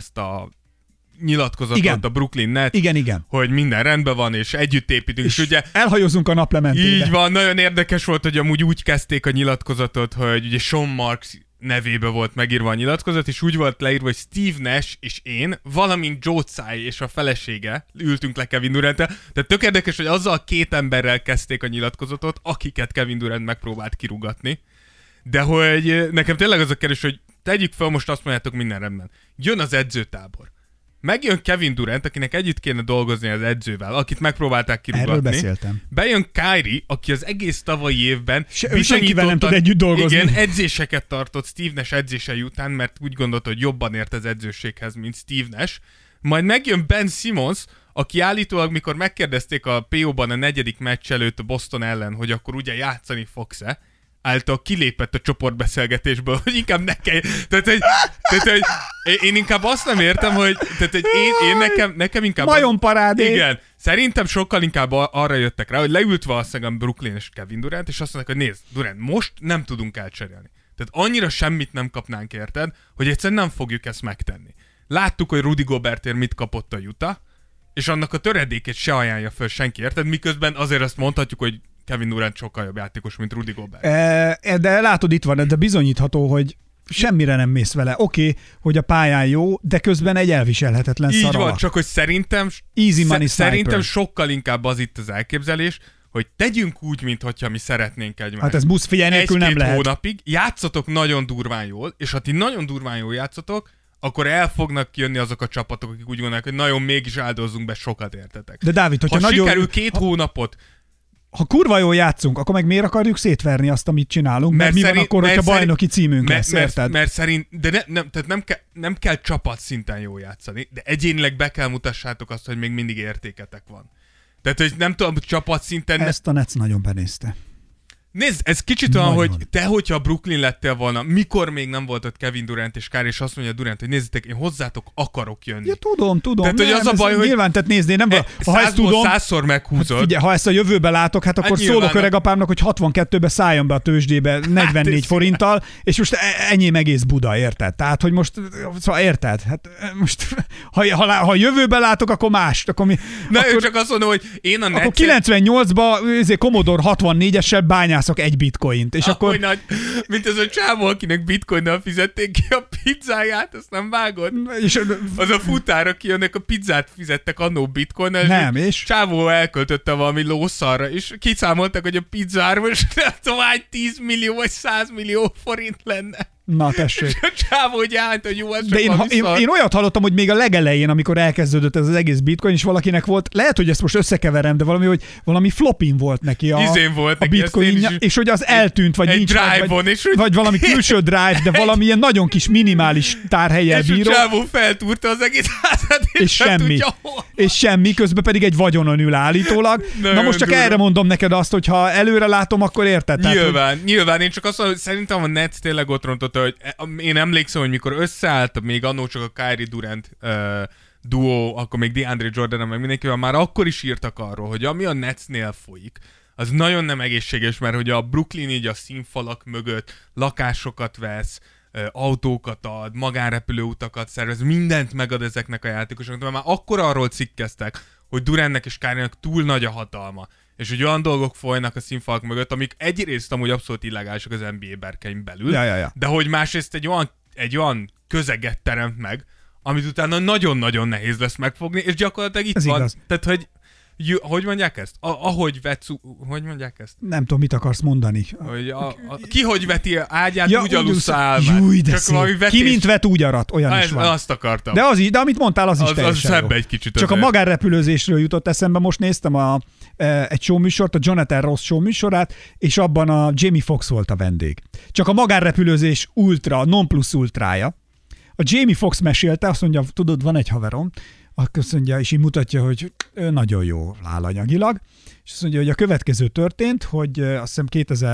a nyilatkozatot, igen. A Brooklyn Nets, igen. Hogy minden rendben van, és együtt építünk. És ugye elhajózunk a naplementébe. Így van, nagyon érdekes volt, hogy amúgy úgy kezdték a nyilatkozatot, hogy ugye Sean Marks nevébe volt megírva a nyilatkozat, és úgy volt leírva, hogy Steve Nash és én, valamint Joe Tsai és a felesége ültünk le Kevin Durant-tel. Tehát tök érdekes, hogy azzal két emberrel kezdték a nyilatkozatot, akiket Kevin Durant megpróbált kirúgatni. De hogy nekem tényleg az a kérdés, hogy tegyük fel, most azt mondjátok, minden rendben. Jön az edzőtábor. Megjön Kevin Durant, akinek együtt kéne dolgozni az edzővel, akit megpróbálták kirúgatni. Erről beszéltem. Bejön Kyrie, aki az egész tavalyi évben senkivel nem tud együtt dolgozni. Igen, edzéseket tartott Steve Nash edzései után, mert úgy gondolta, hogy jobban ért az edzőséghez, mint Steve Nash. Majd megjön Ben Simmons, aki állítólag, mikor megkérdezték a PO-ban a 4. meccs előtt a Boston ellen, hogy akkor ugye játszani fogsz-e, által kilépett a csoportbeszélgetésből, hogy inkább ne kell. Tehát, hogy én inkább azt nem értem, hogy én nekem inkább... Majon parádé! Igen. Szerintem sokkal inkább arra jöttek rá, hogy leült valószínűleg Brooklyn és Kevin Durant, és azt mondták, hogy nézd, Durant, most nem tudunk elcserélni. Tehát annyira semmit nem kapnánk érted, hogy egyszerűen nem fogjuk ezt megtenni. Láttuk, hogy Rudy Gobertért mit kapott a Utah, és annak a töredékét se ajánlja föl senki, érted? Miközben azért azt mondhatjuk, hogy Kevin Durant sokkal jobb játékos, mint Rudy Gobert. De látod, itt van, de bizonyítható, hogy semmire nem mész vele. Oké, hogy a pályán jó, de közben egy elviselhetetlen szar Így van, alak. csak hogy szerintem sokkal inkább az itt az elképzelés, hogy tegyünk úgy, mintha mi szeretnénk egymást. Hát ez busz figyelj nélkül nem lehet. Hónapig játszatok nagyon durván jól, és ha ti nagyon durván jól játszotok, akkor el fognak jönni azok a csapatok, akik úgy gondolják, hogy nagyon mégis áldozzunk be, sokat értetek. De Dávid, hogyha nagyon... sikerül 2 hónapot... Ha kurva jól játszunk, akkor meg miért akarjuk szétverni azt, amit csinálunk? Mert mi van akkor, hogyha bajnoki címünk lesz, érted? Mert szerint, de tehát nem kell csapatszinten jól játszani, de egyénileg be kell mutassátok azt, hogy még mindig értéketek van. Tehát, hogy nem tudom, csapatszinten... Ezt a Nets nagyon benézte. Nézd, ez kicsit olyan, hogy te, hogyha Brooklyn lettél volna, mikor még nem volt ott Kevin Durant és Kyrie, és azt mondja Durant, hogy nézzétek, én hozzátok akarok jönni. Ja, tudom. Tehát, hogy az a baj, hogy nyilván, tehát nézd, nem ha ezt tudom, 100-szor meghúzod. Hát figyelj, ha ezt a jövőbe látok, hát akkor szólok öregapámnak, hogy 62-be szálljon be a tőzsdébe 44 hát forinttal, és most enyém egész Buda, érted? Tehát, hogy most, szóval érted? Hát most, ha jövőbe látok, akkor más. Akkor mi, na, akkor, ő csak azt mondom, hogy én a Netszel... Akkor 98-ban Commodore 64-essel bányászok egy bitcoint, és akkor... Nagy, mint ez a csávó, akinek bitcoinnal fizették ki a pizzáját, azt nem vágod? És az a futár, aki önnek a pizzát fizettek annó bitcoinnal, nem, és csávó elköltötte valami lószarra, és kiszámoltak, hogy a pizzár most nem tudom, 10 millió vagy 100 millió forint lenne. Na, tessék. És a csávó, hogy állt, hogy jó, ez de én olyat hallottam, hogy még a legelején, amikor elkezdődött ez az egész bitcoin, és valakinek volt, lehet, hogy ezt most összekeverem, de valami flopin volt neki a bitcoinja, és hogy az eltűnt, vagy nincs, vagy valami külső drive, de valami ilyen nagyon kis minimális tárhellyel bíró. És a csávó feltúrta az egész házat, és semmi, közben pedig egy vagyonon ül állítólag. Na most csak durva. Erre mondom neked azt, hogy ha előre látom, akkor érted. Nyilván, én csak azt mondom, hogy szerintem a Nets tényleg ott rontott, hogy én emlékszem, hogy mikor összeállt még annó csak a Kyrie Durant duó, akkor még DeAndre Jordan meg mindenkivel, már akkor is írtak arról, hogy ami a Netsnél folyik, az nagyon nem egészséges, mert hogy a Brooklyn így a színfalak mögött lakásokat vesz, autókat ad, magánrepülőutakat szervez, mindent megad ezeknek a játékosoknak, mert már akkor arról cikkeztek, hogy Durantnek és Kyrie-nek túl nagy a hatalma, és hogy olyan dolgok folynak a színfalak mögött, amik egyrészt amúgy abszolút illegálisak az NBA berkein belül, de hogy másrészt egy olyan közeget teremt meg, amit utána nagyon-nagyon nehéz lesz megfogni, és gyakorlatilag itt ez van. Igaz. Tehát, hogy hogy mondják ezt? Hogy mondják ezt? Nem tudom, mit akarsz mondani. Hogy ki hogy veti ágyát, úgy alussza álmát. Ki mint vet, úgy arat. Olyan is van. Azt akartam. De amit mondtál, az is teljesen jó. Egy kicsit csak a magánrepülőzésről jutott eszembe. Most néztem egy showműsort, a Jonathan Ross showműsorát, és abban a Jamie Foxx volt a vendég. Csak a magánrepülőzés non plus ultrája. A Jamie Foxx mesélte, azt mondja, tudod, van egy haverom, azt mondja, és így mutatja, hogy ő nagyon jó áll anyagilag, és azt mondja, hogy a következő történt, hogy azt hiszem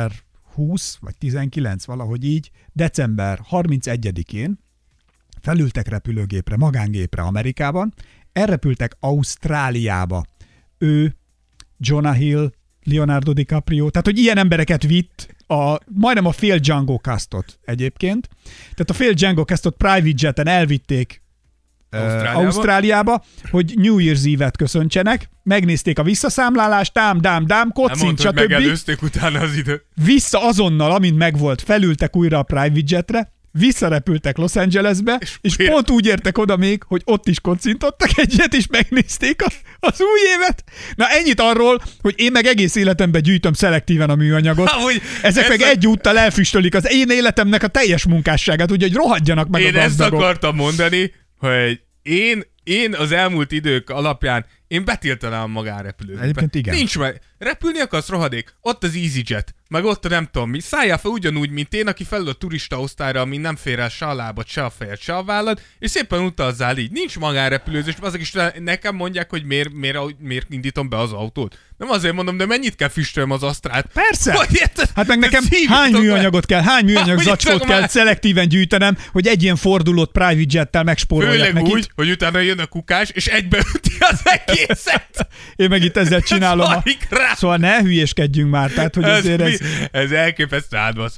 2020 vagy 19 valahogy így, december 31-én felültek repülőgépre, magángépre Amerikában, elrepültek Ausztráliába. Ő, Jonah Hill, Leonardo DiCaprio, tehát hogy ilyen embereket vitt, majdnem a fél Django Castot egyébként. Tehát a fél Django Castot private jeten elvitték Ausztráliába, hogy New Year's Eve-et köszöntsenek, megnézték a visszaszámlálást, dám, kocint, stb. Megelőzték utána az időt. Vissza azonnal, amint megvolt, felültek újra a private jetre, visszarepültek Los Angelesbe, és pont úgy értek oda még, hogy ott is kocintottak egyet, és megnézték az új évet. Na ennyit arról, hogy én meg egész életemben gyűjtöm szelektíven a műanyagot. Ezek meg egyúttal elfüstölik az én életemnek a teljes munkásságát, úgyhogy rohadjanak meg a gazdagok. Én ezt akartam mondani, hogy én az elmúlt idők alapján én betiltanám a magánrepülőt. Egyébként igen. Nincs meg. Repülni akarsz, rohadék. Ott az EasyJet. Meg ott a nem tudom mi. Szálljál fel ugyanúgy, mint én, aki felül a turista osztályra, ami nem fér el se a lábad, se a fejed, se a vállad, és szépen utazzál így. Nincs magánrepülőzés. Azok is nekem mondják, hogy miért indítom be az autót. Nem azért mondom, de mennyit kell füstöljem az asztrát. Persze! Hát meg nekem hány műanyagot kell, hány műanyag zacskót kell szelektíven gyűjtenem, hogy egy ilyen fordulót private jettel megspóroljak neki. Úgy, hogy utána jön a kukás, és egybeüti az egészet. Én meg itt ezzel csinálom. Szóval ne hülyéskedjünk már, tehát hogy azért ez elképesztő átbaszás.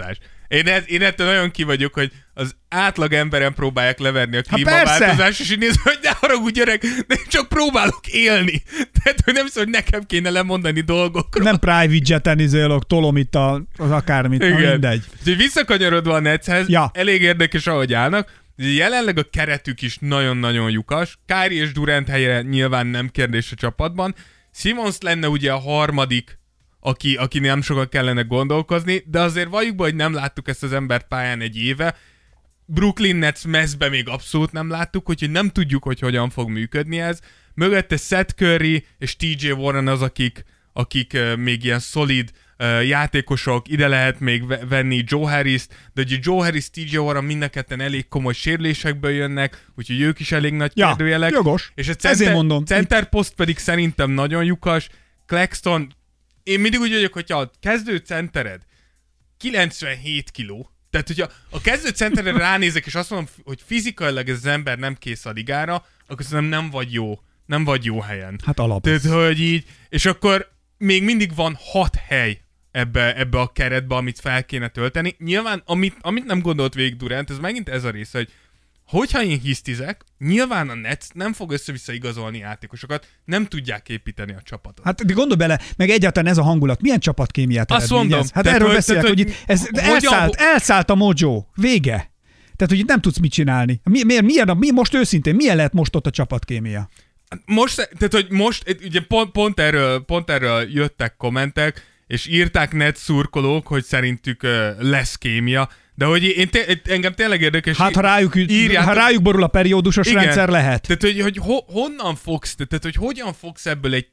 Én ettől nagyon ki vagyok, hogy az átlag emberen próbálják leverni a klímaváltozást, és így nézve, hogy ne haragudj öreg, de én csak próbálok élni. Tehát, hogy nem szól, hogy nekem kéne lemondani dolgokról. Nem private jeten izélok, tolom itt az akármit, mindegy. Úgyhogy visszakanyarodva a Netshez, elég érdekes, ahogy állnak. Jelenleg a keretük is nagyon-nagyon lyukas. Kyrie és Durant helyre nyilván nem kérdés a csapatban. Simmons lenne ugye a harmadik, aki nem sokat kellene gondolkozni, de azért valljuk be, hogy nem láttuk ezt az embert pályán egy éve. Brooklyn Nets mezbe még abszolút nem láttuk, úgyhogy nem tudjuk, hogy hogyan fog működni ez. Mögötte Seth Curry és TJ Warren az, akik még ilyen szolid játékosok, ide lehet még venni Joe Harris-t, de ugye Joe Harris, TJ Warren mindenketten elég komoly sérülésekből jönnek, úgyhogy ők is elég nagy kérdőjelek. Jogos. És a center poszt pedig szerintem nagyon lyukas. Claxton, én mindig úgy vagyok, hogyha a kezdő centered 97 kiló, tehát hogyha a kezdő centerre ránézek, és azt mondom, hogy fizikailag ez az ember nem kész a ligára, akkor szerintem nem vagy jó helyen. Hát alap. Tehát, hogy így, és akkor még mindig van 6 hely ebbe a keretbe, amit fel kéne tölteni. Nyilván, amit nem gondolt végig Durant, ez megint ez a része, hogy hogyha én hisztizek, nyilván a Nets nem fog össze-vissza igazolni játékosokat, nem tudják építeni a csapatot. Hát de gondolj bele, meg egyáltalán ez a hangulat, milyen csapatkémiát eredményez? Azt mondom. Hát erről beszélek, hogy ez elszállt a mojo, vége. Tehát, hogy itt nem tudsz mit csinálni. Most őszintén, milyen lehet most ott a csapatkémia? Most, ugye pont erről jöttek kommentek, és írták Nets szurkolók, hogy szerintük lesz kémia, de hogy engem tényleg érdekes. Hát ha rájuk borul a periódusos rendszer, lehet. Tehát, hogy honnan fogsz, tehát, hogy hogyan fogsz ebből egy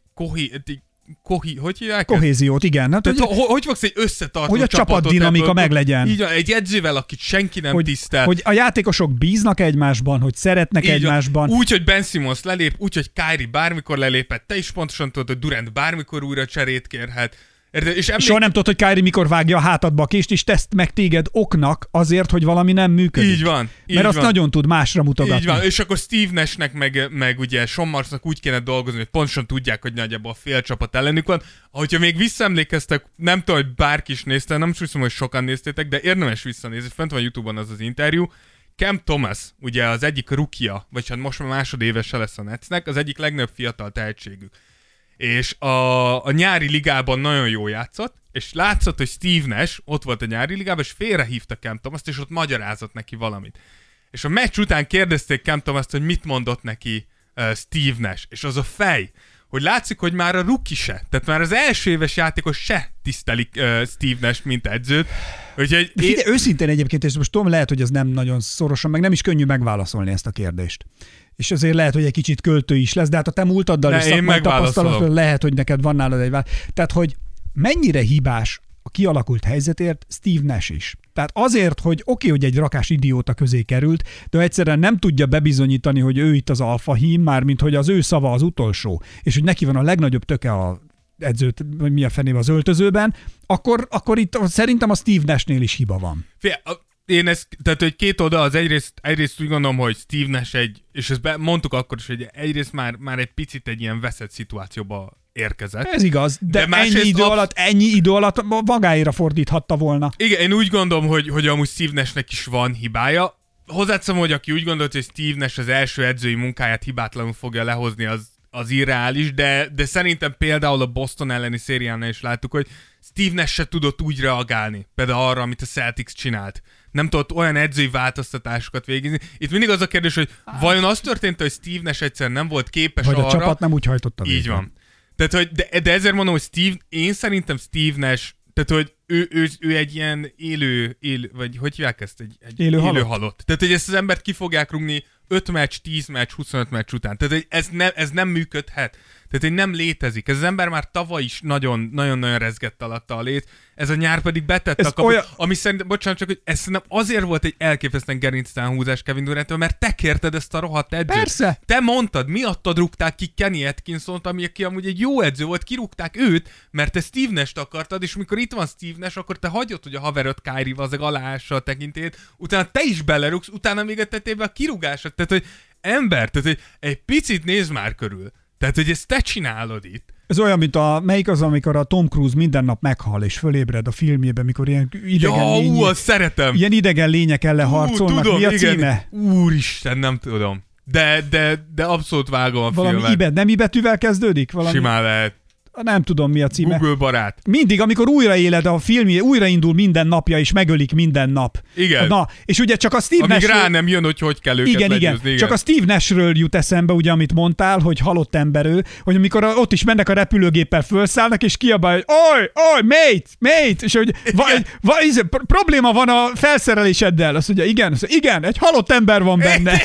hogy hívják? Kohéziót, igen. Hát, tehát, hogy fogsz egy összetartó hogy a csapatdinamika meglegyen. Így egy edzővel, akit senki nem tisztel. Hogy a játékosok bíznak egymásban, hogy szeretnek így egymásban. Úgy, hogy Ben Simmons lelép, úgy, hogy Kyrie bármikor lelépett, te is pontosan tudod, hogy Durant bármikor újra cserét kérhet. És soha nem tudod, hogy Kyrie mikor vágja a hátadba a kést, és tesz meg téged oknak azért, hogy valami nem működik. Így van. Mert azt nagyon tud másra mutogatni. Így van, és akkor Steve Nashnek meg ugye Sean Marksnak úgy kéne dolgozni, hogy pontosan tudják, hogy nagyjából a fél csapat ellenük van. Ahogyha még visszaemlékeztek, nem tudom, hogy bárki is nézte, nem hiszem, hogy sokan néztétek, de érdemes visszanézni, fent van YouTube-on az interjú. Cam Thomas, ugye az egyik rookie-ja, vagy hát most már másodévese lesz a Netsnek, az egyik legnagyobb fiatal tehetségük. És a nyári ligában nagyon jól játszott, és látszott, hogy Steve Nash ott volt a nyári ligában, és félrehívta Cam Thomas-t, és ott magyarázott neki valamit. És a meccs után kérdezték Cam Thomas-t, hogy mit mondott neki Steve Nash, és az a fej, hogy látszik, hogy már a rookie se, tehát már az első éves játékos se tisztelik Steve Nash, mint edzőt. Úgyhogy őszintén egyébként, és most tudom, lehet, hogy ez nem nagyon szorosan, meg nem is könnyű megválaszolni ezt a kérdést. És azért lehet, hogy egy kicsit költő is lesz, de hát a te múltaddal és szakmai tapasztalatról lehet, hogy neked van nálad egy Tehát, hogy mennyire hibás a kialakult helyzetért Steve Nash is. Tehát azért, hogy oké, hogy egy rakás idióta közé került, de egyszerűen nem tudja bebizonyítani, hogy ő itt az alfa hím, mármint hogy az ő szava az utolsó, és hogy neki van a legnagyobb töke a edzőt, vagy mi a fenébe az öltözőben, akkor itt szerintem a Steve Nashnél is hiba van. Tehát, hogy két oldal, az egyrészt úgy gondolom, hogy Steve Nash és ezt mondtuk akkor is, hogy egyrészt már egy picit egy ilyen veszett szituációba érkezett. Ez igaz, de ennyi idő alatt magáéra fordíthatta volna. Igen, én úgy gondolom, hogy amúgy Steve Nashnek is van hibája. Hozzáteszem, hogy aki úgy gondolt, hogy Steve Nash az első edzői munkáját hibátlanul fogja lehozni, az irreális, de szerintem például a Boston elleni szériánál is láttuk, hogy Steve Nash se tudott úgy reagálni, például arra, amit a Celtics csinált. Nem tudott olyan edzői változtatásokat végezni. Itt mindig az a kérdés, hogy vajon az történt, hogy Steve Nash egyszerűen nem volt képes vagy arra... Vagy a csapat nem úgy hajtotta végül. Így van. Tehát, hogy de ezért mondom, hogy én szerintem Steve Nash, tehát, hogy ő egy ilyen élő vagy hogy hívják ezt? Egy élő halott. Tehát, hogy ezt az embert ki fogják rúgni 5 meccs, 10 meccs, 25 meccs után. Tehát, hogy ez nem működhet. Tehát, hogy nem létezik. Ez az ember már tavaly is nagyon-nagyon rezgett alatta a lét. Ez a nyár pedig betette a kaput. Ami szerintem, bocsánat, csak hogy ez szerintem azért volt egy elképesztően gerinctán Kevin Durant-től, mert te kérted ezt a rohadt edzőt. Persze. Te mondtad, miattad rúgták ki Kenny Atkinsont, aki amúgy egy jó edző volt, kirúgták őt, mert te Steve Nash-t akartad, és amikor itt van Steve Nash, akkor te hagyod, hogy a haverod Kyrie vazeg aláássa a tekintét, utána te is belerúgsz, utána még a tetébe a kirúgásod. Tehát, hogy ember, tehát, hogy egy picit nézd már körül. Tehát, hogy ezt te csinálod itt. Ez olyan, mint melyik az, amikor a Tom Cruise minden nap meghal, és fölébred a filmjében, mikor ilyen idegen azt szeretem. Ilyen idegen lények ellen harcolnak. Tudom, mi a igen. címe? Úristen, nem tudom. De abszolút vágom a valami filmet. nem ibetűvel kezdődik? Valami... Simán lehet. Nem tudom, mi a címe. Google barát. Mindig, amikor újraéled a film, újraindul minden napja, és megölik minden nap. Igen. Na, és ugye csak a Steve Amíg Nash... rá nem jön, hogy kell őket legyőzni. Igen. Csak a Steve Nashről jut eszembe, ugye, amit mondtál, hogy halott ember ő, hogy amikor ott is mennek a repülőgéppel, felszállnak, és kiabál, hogy oj, mate, és hogy probléma van a felszereléseddel. Azt mondja, igen, egy halott ember van benne.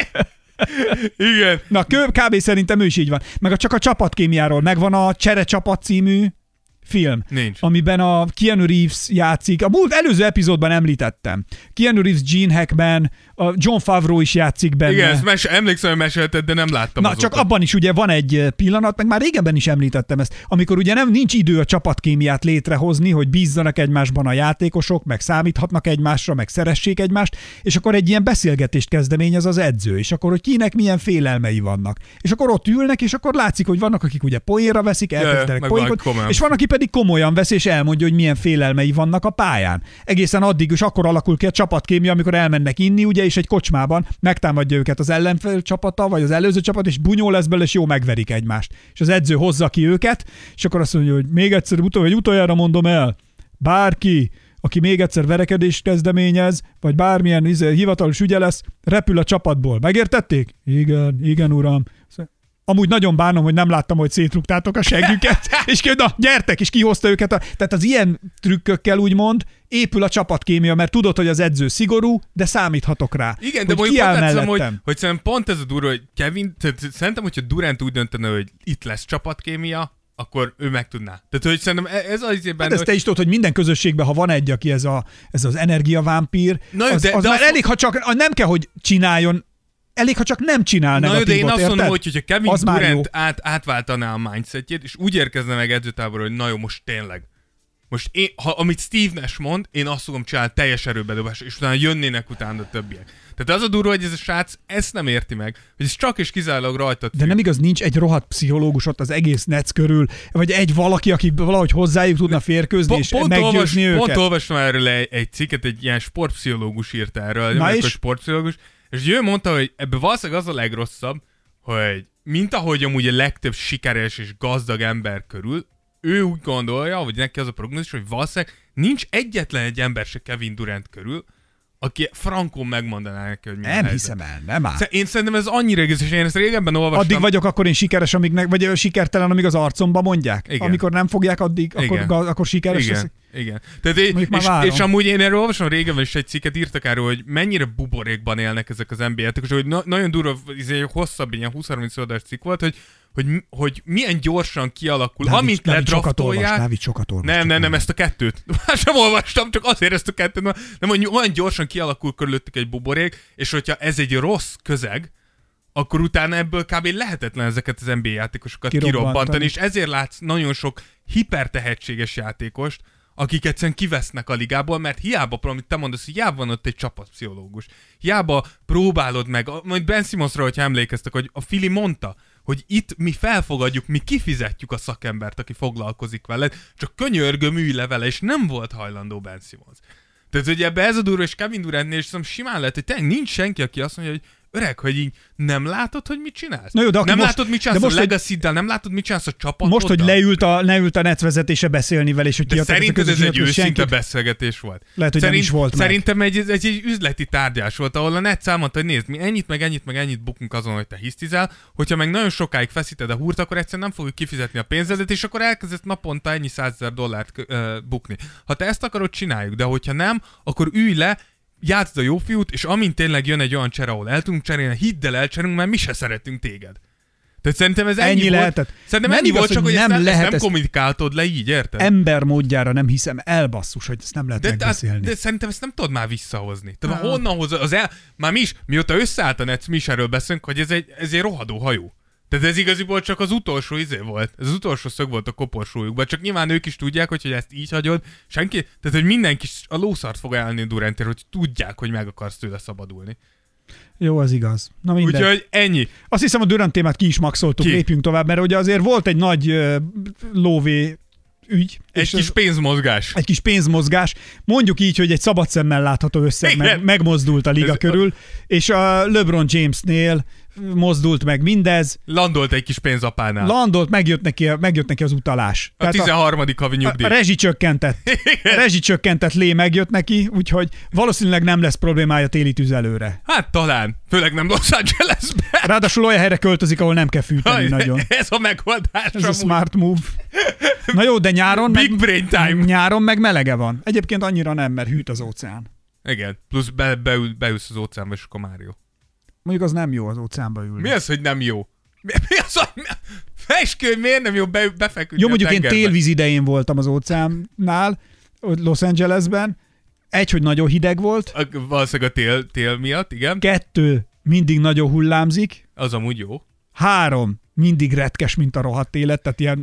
Igen. Na, kb. Szerintem ő is így van. Meg csak a csapatkémiáról megvan a Csere csapat című film. Nincs. Amiben a Keanu Reeves játszik. A előző epizódban említettem. Keanu Reeves, Gene Hackman, a Jon Favreau is játszik benne. Igen, emlékszem, hogy mesélted, de nem láttam. Na, csak abban is ugye van egy pillanat, meg már régebben is említettem ezt, amikor ugye nincs idő a csapatkémiát létrehozni, hogy bízzanak egymásban a játékosok, meg számíthatnak egymásra, meg szeressék egymást, és akkor egy ilyen beszélgetést kezdeményez az edző, és akkor, hogy kinek milyen félelmei vannak. És akkor ott ülnek, és akkor látszik, hogy vannak, akik ugye poénra veszik, elkezdenek poénkodni, és van, aki pedig komolyan vesz, és elmondja, hogy milyen félelmei vannak a pályán. Egészen addig, és akkor alakul ki a csapatkémia, amikor elmennek inni, ugye, és egy kocsmában megtámadja őket az ellenfél csapata, vagy az előző csapat, és bunyó lesz belőle, és jó megverik egymást. És az edző hozza ki őket, és akkor azt mondja, hogy még egyszer, utoljára mondom el, bárki, aki még egyszer verekedést kezdeményez, vagy bármilyen hivatalos ügye lesz, repül a csapatból. Megértették? Igen, uram. Amúgy nagyon bánom, hogy nem láttam, hogy szétrugtátok a seggüket, és na, gyertek, és kihozta őket. Tehát az ilyen trükkökkel úgymond épül a csapatkémia, mert tudod, hogy az edző szigorú, de számíthatok rá. Igen, de mondjuk pont látszom, hogy szerintem pont ez a durva, hogy Kevin, szerintem, hogyha Durant úgy döntene, hogy itt lesz csapatkémia, akkor ő meg tudná. Tehát, hogy szerintem ez az benne, hát ezt te is tudod, hogy minden közösségben, ha van egy, aki ez az energiavámpír, az már elég, ha csak nem kell, hogy csináljon, elég, ha csak nem csinál negatívot, de én azt mondom, érted? hogyha Kevin Durant átváltaná a mindsetjét, és úgy érkezne meg edzőtáborra, hogy na jó, most tényleg. Most én, amit Steve Nash mond, én azt fogom csinálni teljes erőbedobás, és utána jönnének utána a többiek. Tehát az a durva, hogy ez a srác ezt nem érti meg, hogy ez csak és kizárólag rajtad. De nem igaz, nincs egy rohadt pszichológus ott az egész Nets körül, vagy egy valaki, aki valahogy hozzájuk tudna férkőzni, és meggyőzni őket. Pont olvastam erről egy cikket, egy ilyen sportpszichológus írta erről, nem egy sportpszichológus, és ő mondta, hogy ebben valószínűleg az a legrosszabb, hogy mint ahogy amúgy a legtöbb sikeres és gazdag ember körül, ő úgy gondolja, vagy neki az a prognózis, hogy valószínűleg nincs egyetlen egy ember se Kevin Durant körül, aki frankon megmondaná neki, hogy mi nem hiszem el, nem áll. Én szerintem ez annyira egész, és én ezt régebben olvastam. Addig vagyok akkor én sikeres, vagy sikertelen, amíg az arcomba mondják. Igen. Amikor nem fogják addig, akkor sikeres leszek. Igen. Tehát és amúgy én erről olvasom régebben is egy cikket, írtak erről, hogy mennyire buborékban élnek ezek az NBA játékosok, hogy nagyon durva, ez egy hosszabb, ilyen 20-30 oldalas cikk volt, hogy milyen gyorsan kialakul, amint ledraftolják. Dávid sokat olvas. Nem, ezt a kettőt. Már sem olvastam, csak azért ezt a kettőt. Nem, hogy olyan gyorsan kialakul körülöttük egy buborék, és hogyha ez egy rossz közeg, akkor utána ebből kb. Lehetetlen ezeket az NBA játékosokat kirobbantani, és ezért látsz nagyon sok hipertehetséges játékost, akik egyszerűen kivesznek a ligából, mert hiába, amit te mondasz, hiába van ott egy csapatpszichológus. Hiába próbálod meg, majd Ben Simmonsra, hogyha emlékeztek, hogy a Fili mondta, hogy itt mi felfogadjuk, mi kifizetjük a szakembert, aki foglalkozik veled, csak könyörgöm, ülj le vele, és nem volt hajlandó Ben Simmons. Tehát ugye ebbe ez a durva, és Kevin Durantnél, és simán lehet, hogy tényleg nincs senki, aki azt mondja, hogy öreg, hogy így nem látod, hogy mit csinálsz? Na jó, de nem látod, mit csinálsz a Legacy-del, nem látod, mit csinálsz a csapatoddal? Most, hogy leült a Nets vezetése beszélni vele, és hogy de szerinted ez egy őszinte beszélgetés volt? Lehet, hogy nem is volt szerintem egy üzleti tárgyás volt, ahol a Nets elmondta, hogy nézd, mi ennyit bukunk azon, hogy te hisztizel, hogyha meg nagyon sokáig feszíted a húrt, akkor egyszerűen nem fogjuk kifizetni a pénzedet, és akkor elkezdesz naponta ennyi $100,000 bukni. Ha te ezt akarod, csináljuk, de hogyha nem, akkor ülj le, játszd a jó fiút, és amint tényleg jön egy olyan csere, ahol el tudunk cserélni, hidd el, elcserélünk, mert mi se szeretünk téged. Tehát szerintem ez ennyi lehetett. Szerintem ennyi volt, csak hogy ezt nem kommunikáltod le így, érted? Ember módjára nem hiszem el, basszus, hogy ezt nem lehet megbeszélni. De szerintem ezt nem tudod már visszahozni. Tehát honnan hozod, már mi is, mióta összeállt a Nets, mi is erről beszélünk, hogy ez egy rohadó hajó. Tehát ez igaziból csak az utolsó volt. Ez az utolsó szög volt a koporsójukban. Csak nyilván ők is tudják, hogy ezt így hagyod. Senki, tehát hogy mindenki a lószart fog állni Durantért, hogy tudják, hogy meg akarsz tőle szabadulni. Jó, az igaz. Na mindegy. Úgyhogy ennyi. Azt hiszem a Durant témát ki is maxoltuk, lépjünk tovább, mert ugye azért volt egy nagy lóvé ügy. Egy kis pénzmozgás. Egy kis pénzmozgás. Mondjuk így, hogy egy szabad szemmel látható összeg megmozdult a liga körül, és a LeBron Jamesnél mozdult meg mindez. Landolt egy kis pénzapánál. Landolt, megjött neki az utalás. A 13. havi nyugdíj. A rezsicsökkentett lé megjött neki, úgyhogy valószínűleg nem lesz problémája téli tüzelőre. Hát talán. Főleg nem Los Angelesben. Ráadásul olyan helyre költözik, ahol nem kell fűteni nagyon. Ez a megoldás. Ez a smart move. Na jó, de nyáron Big brain time. Nyáron meg melege van. Egyébként annyira nem, mert hűt az óceán. Igen, plusz beülsz az óceánba, és akkor már jó. Mondjuk az nem jó az óceánba ülni. Mi az, hogy nem jó? Mi az, feskő, hogy miért nem jó befeküdni? Jó, mondjuk én télvíz idején voltam az óceánnál, Los Angelesben. Hogy nagyon hideg volt. Valószínűleg a tél miatt, igen. 2, mindig nagyon hullámzik. Az amúgy jó. 3, mindig retkes, mint a rohadt élet, tehát ilyen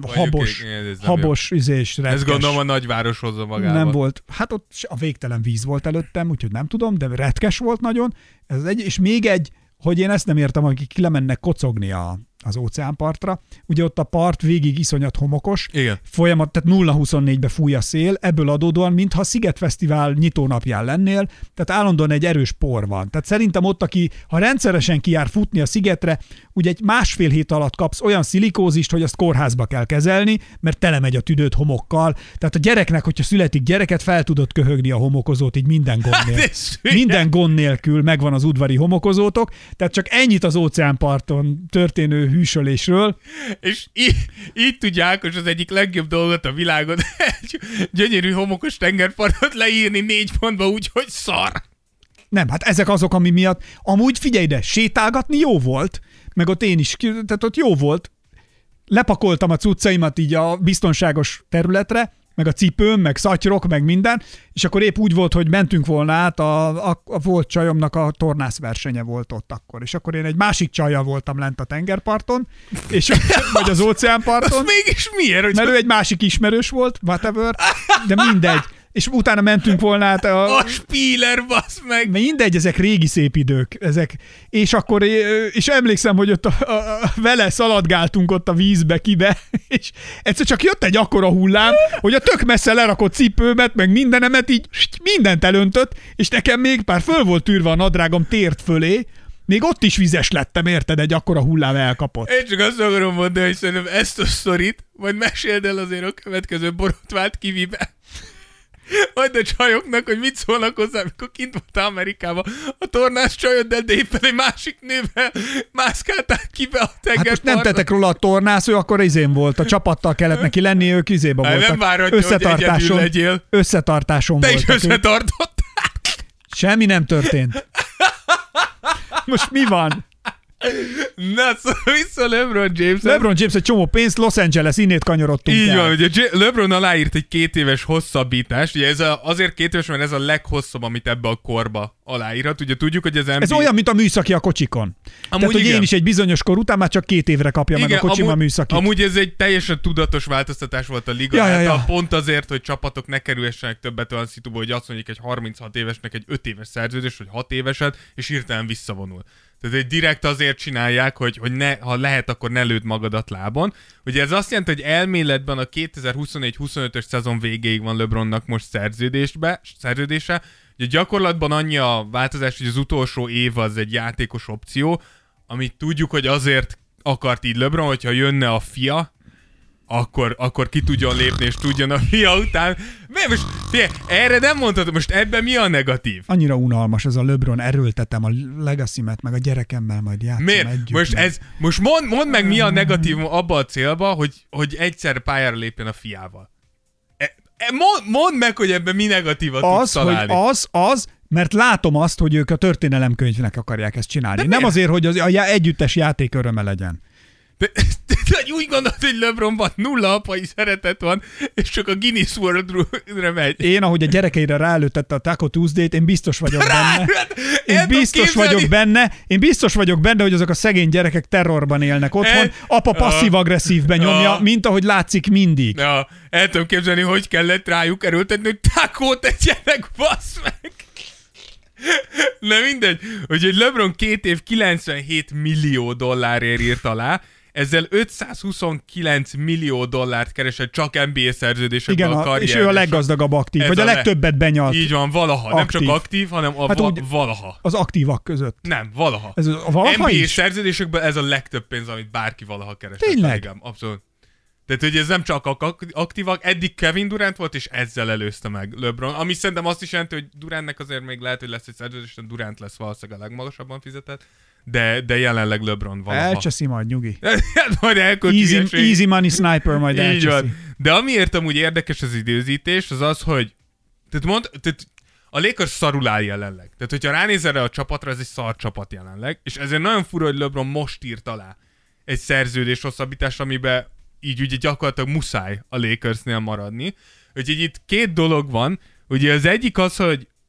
habos és retkes. Ez gondolom a nagyváros hozza magával. Nem volt. Hát ott a végtelen víz volt előttem, úgyhogy nem tudom, de retkes volt nagyon. Ez és még egy, hogy én ezt nem értem, akik lemennek kocogni az óceánpartra. Ugye ott a part végig iszonyat homokos. Igen. Tehát 0-24-be fúj a szél, ebből adódóan, mintha Szigetfesztivál nyitónapján lennél, tehát állandóan egy erős por van. Tehát szerintem ott, ha rendszeresen kijár futni a szigetre, ugye egy 1,5 hét alatt kapsz olyan szilikózist, hogy azt kórházba kell kezelni, mert tele megy a tüdőd homokkal. Tehát a gyereknek, hogyha születik gyereket, fel tudod köhögni a homokozót így minden gond nélkül. Minden gond nélkül megvan az udvari homokozótok, tehát csak ennyit az óceánparton történő hűsölésről. És így tudja Ákos az egyik legjobb dolgot a világon, egy gyönyörű homokos tengerpartot leírni 4 pontba úgy, hogy szar. Nem, hát ezek azok, ami miatt amúgy figyelj ide, sétálgatni jó volt, meg ott én is, tehát ott jó volt. Lepakoltam a cuccaimat így a biztonságos területre, meg a cipőm, meg szatyrok, meg minden, és akkor épp úgy volt, hogy mentünk volna át, a volt csajomnak a tornászversenye volt ott akkor, és akkor én egy másik csajjal voltam lent a tengerparton, és vagy az óceánparton. Az mégis miért? Hogy mert ő egy másik ismerős volt, whatever, de mindegy. És utána mentünk volna át a Spiller, basz meg! Mindegy, ezek régi szép idők. És akkor, és emlékszem, hogy ott vele szaladgáltunk ott a vízbe, kibe, és egyszer csak jött egy akkora hullám, hogy a tök messze lerakott cipőmet, meg mindenemet így mindent elöntött, és nekem még pár föl volt tűrve a nadrágom tért fölé, még ott is vizes lettem, érted, egy akkora hullám elkapott. Én csak azt akarom mondani, hogy szerintem ezt a sztorit majd meséld el azért a következő borotvált kivibe. Majd a csajoknak, hogy mit szólnak hozzá, amikor kint voltál Amerikában a tornász csajoddal, de éppen egy másik nővel mászkáltál ki be a tengerparton. Hát most nem tettek róla a tornász, ő akkor izén volt, a csapattal kellett neki lenni, ők izébe voltak. Nem várhatja, hogy egyedül legyél. Összetartáson te voltak. Te is összetartottál. Semmi nem történt. Most mi van? Na, szóval vissza LeBron James. LeBron James egy csomó pénzt, Los Angeles, innét kanyarodtunk így el. van, ugye LeBron aláírt egy 2 éves hosszabbítást, ugye ez azért 2 éves, mert ez a leghosszabb, amit ebbe a korba aláírhat. Ugye tudjuk, hogy az NBA... Ez olyan, mint a műszaki a kocsikon. Tehát, hogy én is egy bizonyos kor után már csak 2 évre kapja meg a kocsim a műszakit. Amúgy ez egy teljesen tudatos változtatás volt a liga. Pont azért, hogy csapatok ne kerülhessenek többet olyan szituba, hogy azt mondjuk egy 36 évesnek egy 5 éves szerződés, vagy 6 éveset, és hirtelen visszavonul. Tehát egy direkt azért csinálják, hogy ha lehet, akkor ne lőd magadat lábon. Ugye ez azt jelenti, hogy elméletben a 2024-25-ös szezon végéig van LeBronnak most szerződése. Ugye gyakorlatban annyi a változás, hogy az utolsó év az egy játékos opció, amit tudjuk, hogy azért akart így LeBron, hogyha jönne a fia, akkor ki tudjon lépni, és tudjon a fia után. Most, erre nem mondhatod, most ebben mi a negatív? Annyira unalmas ez a LeBron, erőltetem a legacy-met, meg a gyerekemmel majd játszom. Miért? Együtt. Most mondd meg, mi a negatív abba a célba, hogy egyszer pályára lépjen a fiával. Mondd meg, hogy ebben mi negatívat tudsz találni. Mert látom azt, hogy ők a történelemkönyvnek akarják ezt csinálni. Nem azért, hogy az együttes játék öröme legyen. De úgy gondolod, hogy LeBronban 0 apai szeretet van, és csak a Guinness World-re megy. Én, ahogy a gyerekeire ráelőttette a Taco Tuesday-t, én biztos vagyok benne. Én biztos vagyok benne, hogy azok a szegény gyerekek terrorban élnek otthon. Apa passzív-agresszívben nyomja, mint ahogy látszik mindig. Ja, el tudom képzelni, hogy kellett rájuk erőltetni, hogy tacót tegyenek, bassz meg. Na mindegy, hogy LeBron 2 év $97 millió írt alá, ezzel $529 millió keresett csak NBA szerződésekben a karrier. És ő a leggazdagabb aktív, vagy a legtöbbet benyalt. Így van, valaha. Aktív. Nem csak aktív, hanem valaha. Az aktívak között. Nem, valaha. Ez a valaha NBA is? szerződésekben ez a legtöbb pénz, amit bárki valaha keresett. Tényleg? Igen, abszolút. Tehát, hogy ez nem csak aktívak, eddig Kevin Durant volt, és ezzel előzte meg LeBron. Ami szerintem azt is jelenti, hogy Durantnek azért még lehet, hogy lesz egy szerződés, de Durant lesz valószínűleg a legmagasabban fizetett, de jelenleg LeBron valaha. Elcseszi majd, nyugi. Majd easy money sniper majd elcseszi. De amiért amúgy érdekes az időzítés, az az, hogy tehát a Lakers szarul áll jelenleg. Tehát, hogyha ránéz erre a csapatra, ez egy szar csapat jelenleg, és ezért nagyon fura, hogy LeBron most írt alá egy szerződés hosszabbítást, amiben így ugye gyakorlatilag muszáj a Lakersnél maradni. Úgyhogy itt két dolog van. Ugye az egyik az,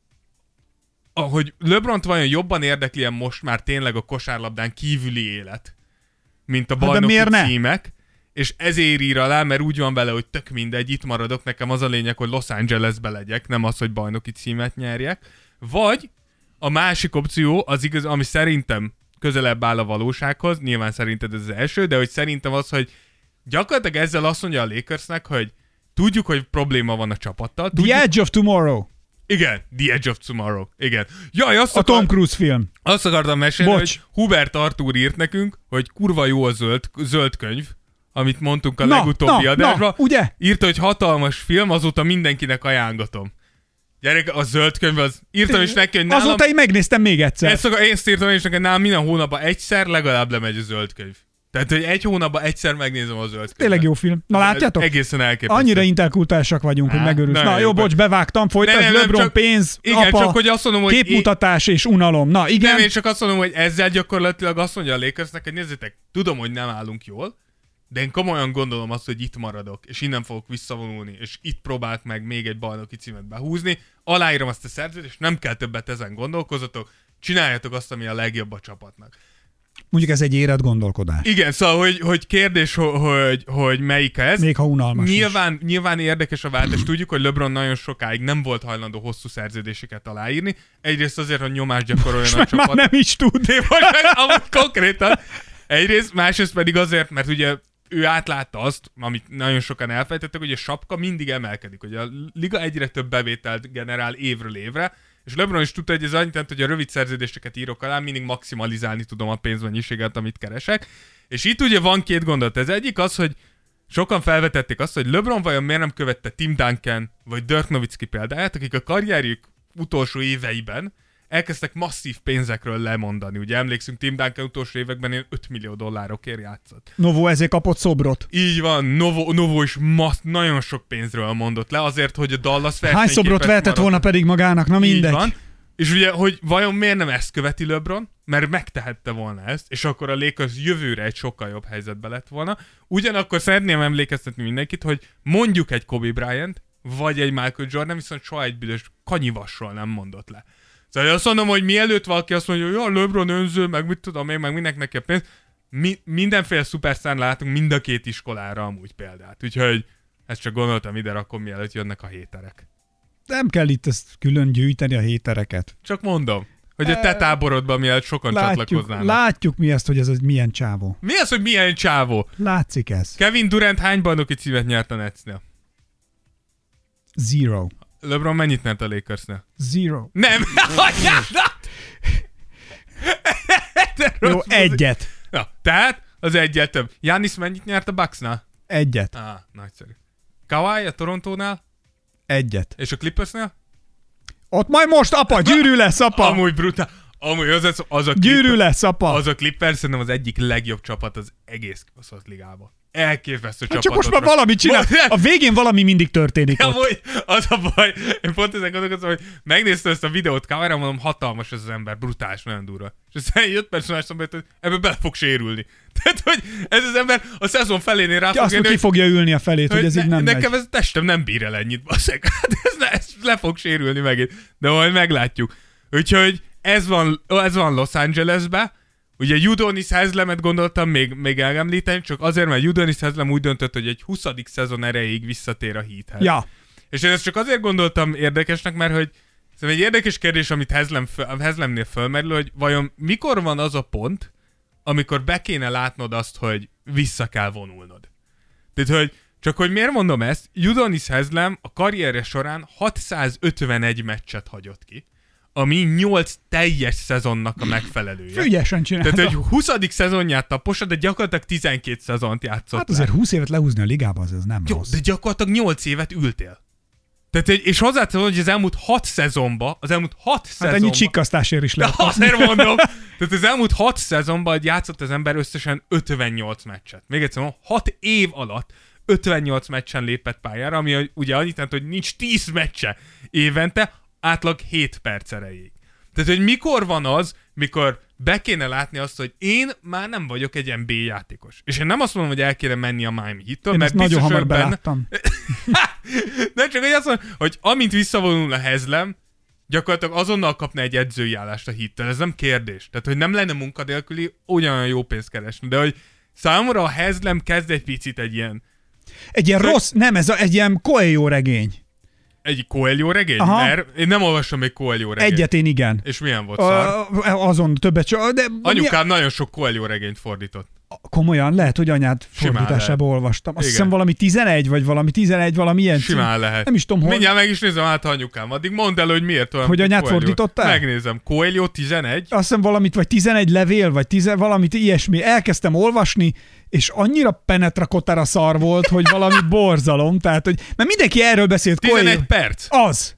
hogy LeBront vajon jobban érdekli most már tényleg a kosárlabdán kívüli élet, mint a bajnoki címek, és ezért ír alá, mert úgy van vele, hogy tök mindegy, itt maradok, nekem az a lényeg, hogy Los Angelesbe legyek, nem az, hogy bajnoki címet nyerjek. Vagy a másik opció, az igaz, ami szerintem közelebb áll a valósághoz, nyilván szerinted ez az első, de hogy szerintem az, hogy gyakorlatilag ezzel azt mondja a Lakersnek, hogy tudjuk, hogy probléma van a csapattal. The Edge of Tomorrow. Igen, The Edge of Tomorrow. Igen. Jaj, Tom Cruise film. Azt akartam mesélni, hogy Hubert Artúr írt nekünk, hogy kurva jó a zöld könyv, amit mondtunk a legutóbbi adásban. Ugye? Írta, hogy hatalmas film, azóta mindenkinek ajánlatom. Gyerek, a zöld könyv az... Írtam is neki, hogy nálam... Azóta én megnéztem még egyszer. Ezt írtam is neki, nálam minden hónapban egyszer legalább lemegy a zöld könyv. Tehát, hogy egy hónapban egyszer megnézem az zöld könyvet. Tényleg jó film. Na látjátok? Egészen elképesztő. Annyira interkultúrásak vagyunk, hogy megörülsz. Na jó, bocs, bevágtam, folytasd, LeBron, csak, pénz, igen, apa, csak, hogy azt mondom, hogy képmutatás és unalom. Na igen. Nem, én csak azt mondom, hogy ezzel gyakorlatilag azt mondja a Lakersnek, hogy nézzétek, tudom, hogy nem állunk jól, de én komolyan gondolom azt, hogy itt maradok, és innen fogok visszavonulni, és itt próbálok meg még egy bajnoki címet behúzni, aláírom azt a szerződést, nem kell többet ezen gondolkozatok, csináljátok azt, ami a legjobb a csapatnak. Mondjuk ez egy érett gondolkodás. Igen, szóval, hogy kérdés, hogy melyik ez. Még ha unalmas nyilván érdekes a váltás. Tudjuk, hogy LeBron nagyon sokáig nem volt hajlandó hosszú szerződéseket aláírni. Egyrészt azért, hogy nyomást gyakoroljon a csapat. Már nem is tud. Amúgy konkrétan. Egyrészt, másrészt pedig azért, mert ugye ő átlátta azt, amit nagyon sokan elfejtettek, hogy a sapka mindig emelkedik, hogy a liga egyre több bevételt generál évről évre, és LeBron is tudta, hogy ez annyit jelent, hogy a rövid szerződéseket írok alá, mindig maximalizálni tudom a pénzmennyiséget, amit keresek. És itt ugye van két gondolat. Ez egyik az, hogy sokan felvetették azt, hogy LeBron vajon miért nem követte Tim Duncan vagy Dirk Nowitzki példáját, akik a karrierjük utolsó éveiben elkezdtek masszív pénzekről lemondani. Ugye emlékszünk, Tim Duncan utolsó években $5 millió játszott. Novo ezért kapott szobrot. Így van, Novo is nagyon sok pénzről mondott le, azért, hogy a Dallas versenyképes Hány szobrot vehetett volna pedig magának, na mindegy. Így van. És ugye, hogy vajon miért nem ezt követi LeBron? Mert megtehette volna ezt, és akkor a Lakers jövőre egy sokkal jobb helyzetbe lett volna. Ugyanakkor szeretném emlékeztetni mindenkit, hogy mondjuk egy Kobe Bryant, vagy egy Michael Jordan, viszont soha egy büdös kanyivasról nem mondott le. Szóval azt mondom, hogy mielőtt valaki azt mondja, hogy ja, LeBron önző, meg mit tudom én, meg mindenki neki a pénz, mindenféle szupersztár látunk mind a két iskolára amúgy példát. Úgyhogy ezt csak gondoltam ide rakom, mielőtt jönnek a héterek. Nem kell itt ezt külön gyűjteni a hétereket. Csak mondom, hogy a te táborodban mielőtt sokan csatlakoznának. Látjuk mi ezt, hogy ez milyen csávó. Mi az, hogy milyen csávó? Látszik ez. Kevin Durant hány bajnoki címet nyert a Netsnél? 0. LeBron mennyit nyert a Lakersnél? 0. Nem! Jó, egyet. Na, tehát az egyet több. Giannis mennyit nyert a Bucksnál? Egyet. Nagyszerű. Kawhi a Torontónál? Egyet. És a Clippersnél? Ott majd most, apa, gyűrű lesz, apa! Amúgy brutál. Amúgy az a gyűrű lesz, apa! Az a Clippers szerintem az egyik legjobb csapat az egész kibaszott ligában. Elképesztő csapat. Csak most már valamit csinál. A végén valami mindig történik ott. Amúgy az a baj, én pont ezen gondolkozom, hogy megnéztem ezt a videót Kawhi-ra, mondom, hatalmas ez az ember, brutális, nagyon durva. És aztán 5 perc múlva mondom, hogy ebből bele fog sérülni. Tehát, hogy ez az ember a szezon felénél rá fog jönni, ki fogja ülni a felét, hogy ez így nem nekem megy. Ez testem nem bír el ennyit, basszeg. Hát ez le fog sérülni megint. De majd meglátjuk. Úgyhogy ez van Los Angelesben. Ugye Udonis Haslemet gondoltam még elgemlíteni, csak azért, mert Udonis Haslem úgy döntött, hogy egy 20. szezon erejéig visszatér a Heathez. Ja. És én ezt csak azért gondoltam érdekesnek, mert hogy Szóval egy érdekes kérdés, amit Haslamnél fölmerül, hogy vajon mikor van az a pont, amikor be kéne látnod azt, hogy vissza kell vonulnod. Tehát, hogy csak hogy miért mondom ezt, Udonis Haslem a karrierje során 651 meccset hagyott ki, ami 8 teljes szezonnak a megfelelője. Ügyesen csinálta. Tehát, hogy 20. szezonját taposa, de gyakorlatilag 12 szezont játszott. Hát azért 20 évet lehúzni a ligában, az nem jó, rossz. De gyakorlatilag 8 évet ültél. Tehát, és hozzáteszem, hogy az elmúlt 6 szezonban, Hát ennyi csikkasztásért is lehet. Azért mondom. Tehát az elmúlt 6 szezonban játszott az ember összesen 58 meccset. Még egyszer mondom, 6 év alatt 58 meccsen lépett pályára, ami ugye annyit jelent, hogy nincs 10 meccse évente, átlag 7 perc erejéig. Tehát, hogy mikor van az, mikor be kéne látni azt, hogy én már nem vagyok egy NBA játékos. És én nem azt mondom, hogy el kéne menni a Miami Heat-től, én mert nagyon hamar benne... beláttam. Nem csak, hogy azt mondom, hogy amint visszavonul a Haslem, gyakorlatilag azonnal kapna egy edzői állást a Heat-tel. Ez nem kérdés. Tehát, hogy nem lenne munkadélküli, ugyanolyan jó pénzt keresni. De hogy számomra a Haslem kezd egy picit egy ilyen... Egy ilyen rossz, nem, ez egy ilyen Coelho regény. Egy Coelho regény? Mert én nem olvastam egy Coelho regényt. Egyet én igen. És milyen volt szar? Azon többet de anyukám nagyon sok Coelho regényt fordított. Komolyan, lehet, hogy anyád fordításából olvastam. Azt hiszem valami 11, vagy valami ilyen. Simán lehet. Nem is tudom, hol. Mindjárt meg is nézem át anyukám. Addig mondd el, hogy miért olyan. Hogy anyád fordítottál? Megnézem. Coelho 11? Azt hiszem valamit, vagy 11 levél, vagy valamit ilyesmi. Elkezdtem olvasni, és annyira penetrakottára szar volt, hogy valami borzalom. Tehát, hogy mert mindenki erről beszélt. 11 perc? Az.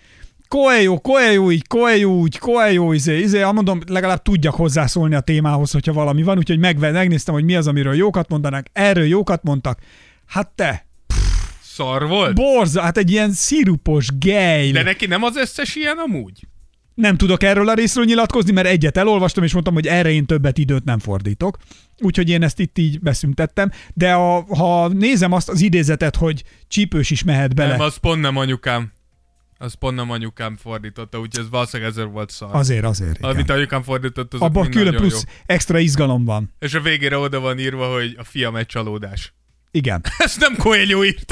Coelho úgy, mondom, legalább tudjak hozzászólni a témához, hogyha valami van, úgyhogy megnéztem, hogy mi az, amiről jókat mondanak, erről jókat mondtak. Hát te. Szar volt? Borza, hát egy ilyen szirupos gejl. De neki nem az összes ilyen amúgy? Nem tudok erről a részről nyilatkozni, mert egyet elolvastam, és mondtam, hogy erre én többet időt nem fordítok. Úgyhogy én ezt itt így beszüntettem. De ha nézem azt az idézetet, hogy csípős is mehet bele. Nem, az pont nem anyukám. Az pont nem anyukám fordította, úgyhogy ez valószínűleg ezért volt szar. Azért. Amit anyukám fordított, az abban külön plusz jó. Extra izgalom van. És a végére oda van írva, hogy a fiam egy csalódás. Igen. Ezt nem Coelho írta.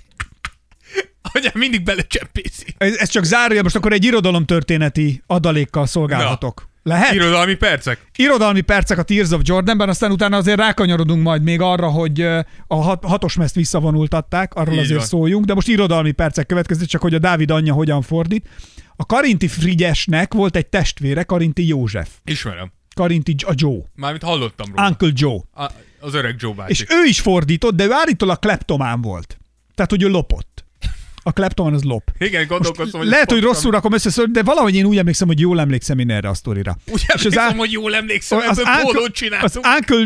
Hogy mindig belecsempészi. Ez csak zárója, most akkor egy irodalomtörténeti adalékkal szolgálhatok. Lehet? Irodalmi percek? Irodalmi percek a Tears of Jordanben, aztán utána azért rákanyarodunk majd még arra, hogy a hatos mezt visszavonultatták, arról így azért van. Szóljunk, de most irodalmi percek következik, csak hogy a Dávid anyja hogyan fordít. A Karinti Frigyesnek volt egy testvére, Karinti József. Ismerem. Karinti a Joe. Mármint hallottam róla. Uncle Joe. Az öreg Joe bácsi. És ő is fordított, de ő állítólag kleptomán volt. Tehát, hogy ő lopott. A kleptoman az lop. Igen, gondolkozom, hogy... Lehet, hogy rosszul rakom össze, de valahogy én úgy emlékszem, hogy jól emlékszem én erre a sztorira. Úgy emlékszem, hogy jól emlékszem, ebből pólót csináltunk.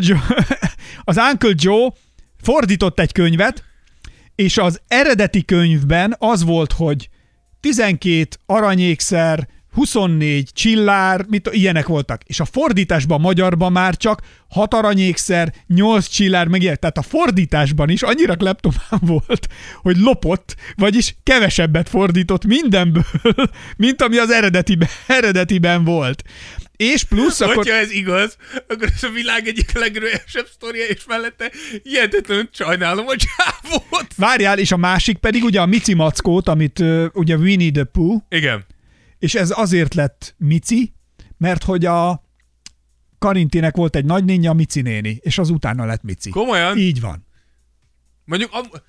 Az Uncle Joe fordított egy könyvet, és az eredeti könyvben az volt, hogy 12 aranyékszer, 24 csillár, ilyenek voltak. És a fordításban, magyarban már csak 6 aranyékszer, 8 csillár, meg ilyen. Tehát a fordításban is annyira kleptomán volt, hogy lopott, vagyis kevesebbet fordított mindenből, mint ami az eredetiben volt. És plusz akkor... Hogyha ez igaz, akkor ez a világ egyik legrősebb sztoria, és mellette hihetetlenül sajnálom a csávót. Várjál, és a másik pedig ugye a Mici Mackót, amit ugye Winnie the Pooh. Igen. És ez azért lett Mici, mert hogy a Karintinek volt egy nagynénje, a Mici néni, és az utána lett Mici. Komolyan? Így van. Mondjuk...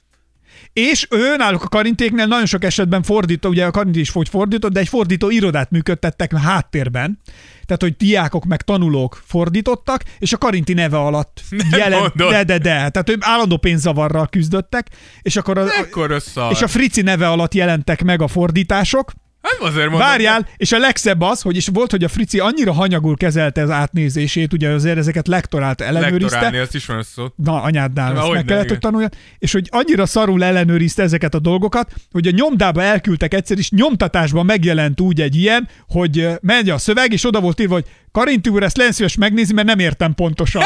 És ő náluk a Karintéknél nagyon sok esetben fordító, ugye a Karinti is fordított, de egy fordító irodát működtettek háttérben. Tehát, hogy diákok meg tanulók fordítottak, és a Karinti neve alatt de. Tehát ő állandó pénzzavarral küzdöttek, és akkor és a Frici neve alatt jelentek meg a fordítások. Hát azért mondom. Várjál, és a legszebb az, hogy és volt, hogy a Frici annyira hanyagul kezelte az átnézését, ugye azért ezeket lektorált, ellenőrizte. Lektorálni, azt is van a szó. Na, anyádnál ezt meg kellett, hogy tanulja. És hogy annyira szarul ellenőrizte ezeket a dolgokat, hogy a nyomdába elküldtek egyszer, és nyomtatásban megjelent úgy egy ilyen, hogy megy a szöveg, és oda volt írva, hogy Karinti úr, ezt legyen szíves megnézni, mert nem értem pontosan.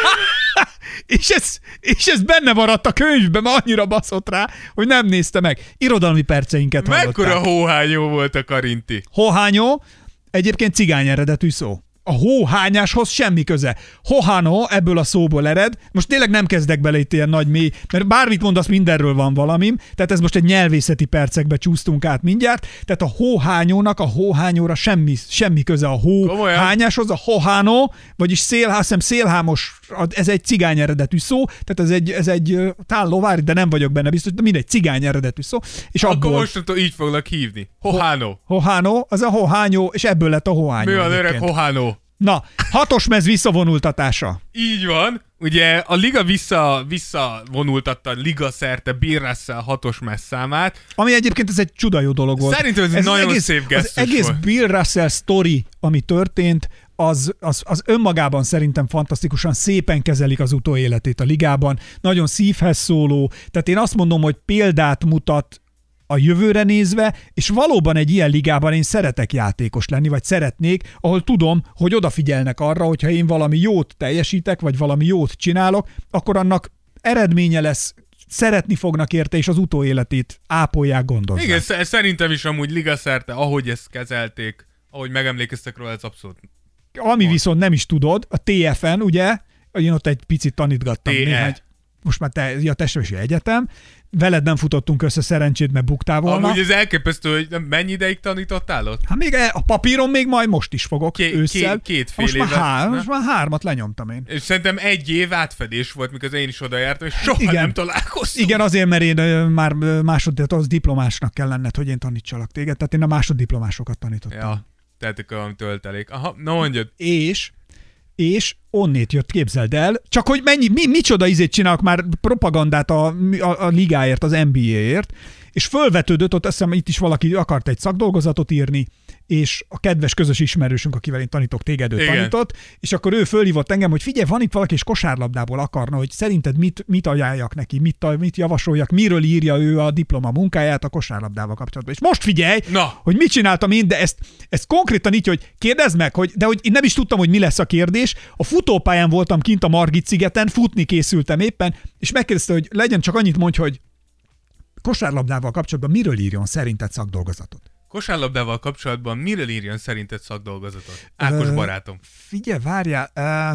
És ez benne maradt a könyvben, mert annyira baszott rá, hogy nem nézte meg. Irodalmi perceinket hallották. Mekkora hóhányó volt a Karinti? Hóhányó, egyébként cigány eredetű szó. a hóhányáshoz semmi köze. Hohano ebből a szóból ered. Most tényleg nem kezdek bele itt ilyen nagy mély, mert bármit mondasz, mindenről van valamim. Tehát ez most egy nyelvészeti percekbe csúsztunk át mindjárt. Tehát a hóhányónak a hóhányóra semmi köze a hóhányáshoz. A hohano, vagyis szélhámos, ez egy cigány eredetű szó. Tehát ez egy tállovári, de nem vagyok benne biztos, de mindegy cigány eredetű szó. És akkor mostantól így foglak hívni. Hohano. Hohano, az a hohányó, és ebből lett a hohányó. Mi az öreg hohánó? Na, hatos mez visszavonultatása. Így van. Ugye a liga visszavonultatta liga szerte Bill Russell hatos mez számát. Ami egyébként ez egy csuda jó dolog volt. Szerintem ez nagyon egész, szép gesztus az egész volt. Bill Russell sztori, ami történt, az önmagában szerintem fantasztikusan szépen kezelik az utóéletét a ligában. Nagyon szívhez szóló. Tehát én azt mondom, hogy példát mutat a jövőre nézve, és valóban egy ilyen ligában én szeretek játékos lenni, vagy szeretnék, ahol tudom, hogy odafigyelnek arra, hogyha én valami jót teljesítek, vagy valami jót csinálok, akkor annak eredménye lesz, szeretni fognak érte, és az utóéletét ápolják, gondozzák. Igen, szerintem is amúgy ligaszerte, ahogy ezt kezelték, ahogy megemlékeztek róla, ez abszolút. Ami viszont nem is tudod, a TFN, ugye, én ott egy picit tanítgattam néhány. Most már Testvesi Egyetem, veled nem futottunk össze, szerencsét, mert buktál volna. Amúgy ez elképesztő, hogy mennyi ideig tanítottál ott? Hát még a papíron még majd most is fogok ősszel. Két fél évet. Most már 3 lenyomtam én. És szerintem 1 év átfedés volt, mikor én is oda jártam, és soha nem találkoztunk. Igen, azért, mert én már az diplomásnak kell lenned, hogy én tanítsalak téged, tehát én a másoddiplomásokat tanítottam. Ja, tehát akkor töltelék. Aha, na mondjad. És onnét jött, képzeld el, csak hogy micsoda izét csinálok már propagandát a ligáért, az NBA-ért, és fölvetődött, ott azt hiszem, itt is valaki akart egy szakdolgozatot írni, és a kedves közös ismerősünk, akivel én tanítok, téged ő tanított, és akkor ő fölhívott engem, hogy figyelj, van itt valaki, és kosárlabdából akarna, hogy szerinted mit ajánljak neki, mit javasoljak, miről írja ő a diploma munkáját a kosárlabdával kapcsolatban. És most figyelj, hogy mit csináltam én, de ezt konkrétan így, hogy kérdezd meg, de hogy én nem is tudtam, hogy mi lesz a kérdés. A futópályán voltam kint a Margit-szigeten, futni készültem éppen, és megkérdezte, hogy legyen csak annyit mondj, hogy kosárlabdával kapcsolatban miről írjon szerinted szakdolgozatot? Kosárlabdával kapcsolatban miről írjon szerinted szakdolgozatot? Ákos barátom. Figyelj, várjál,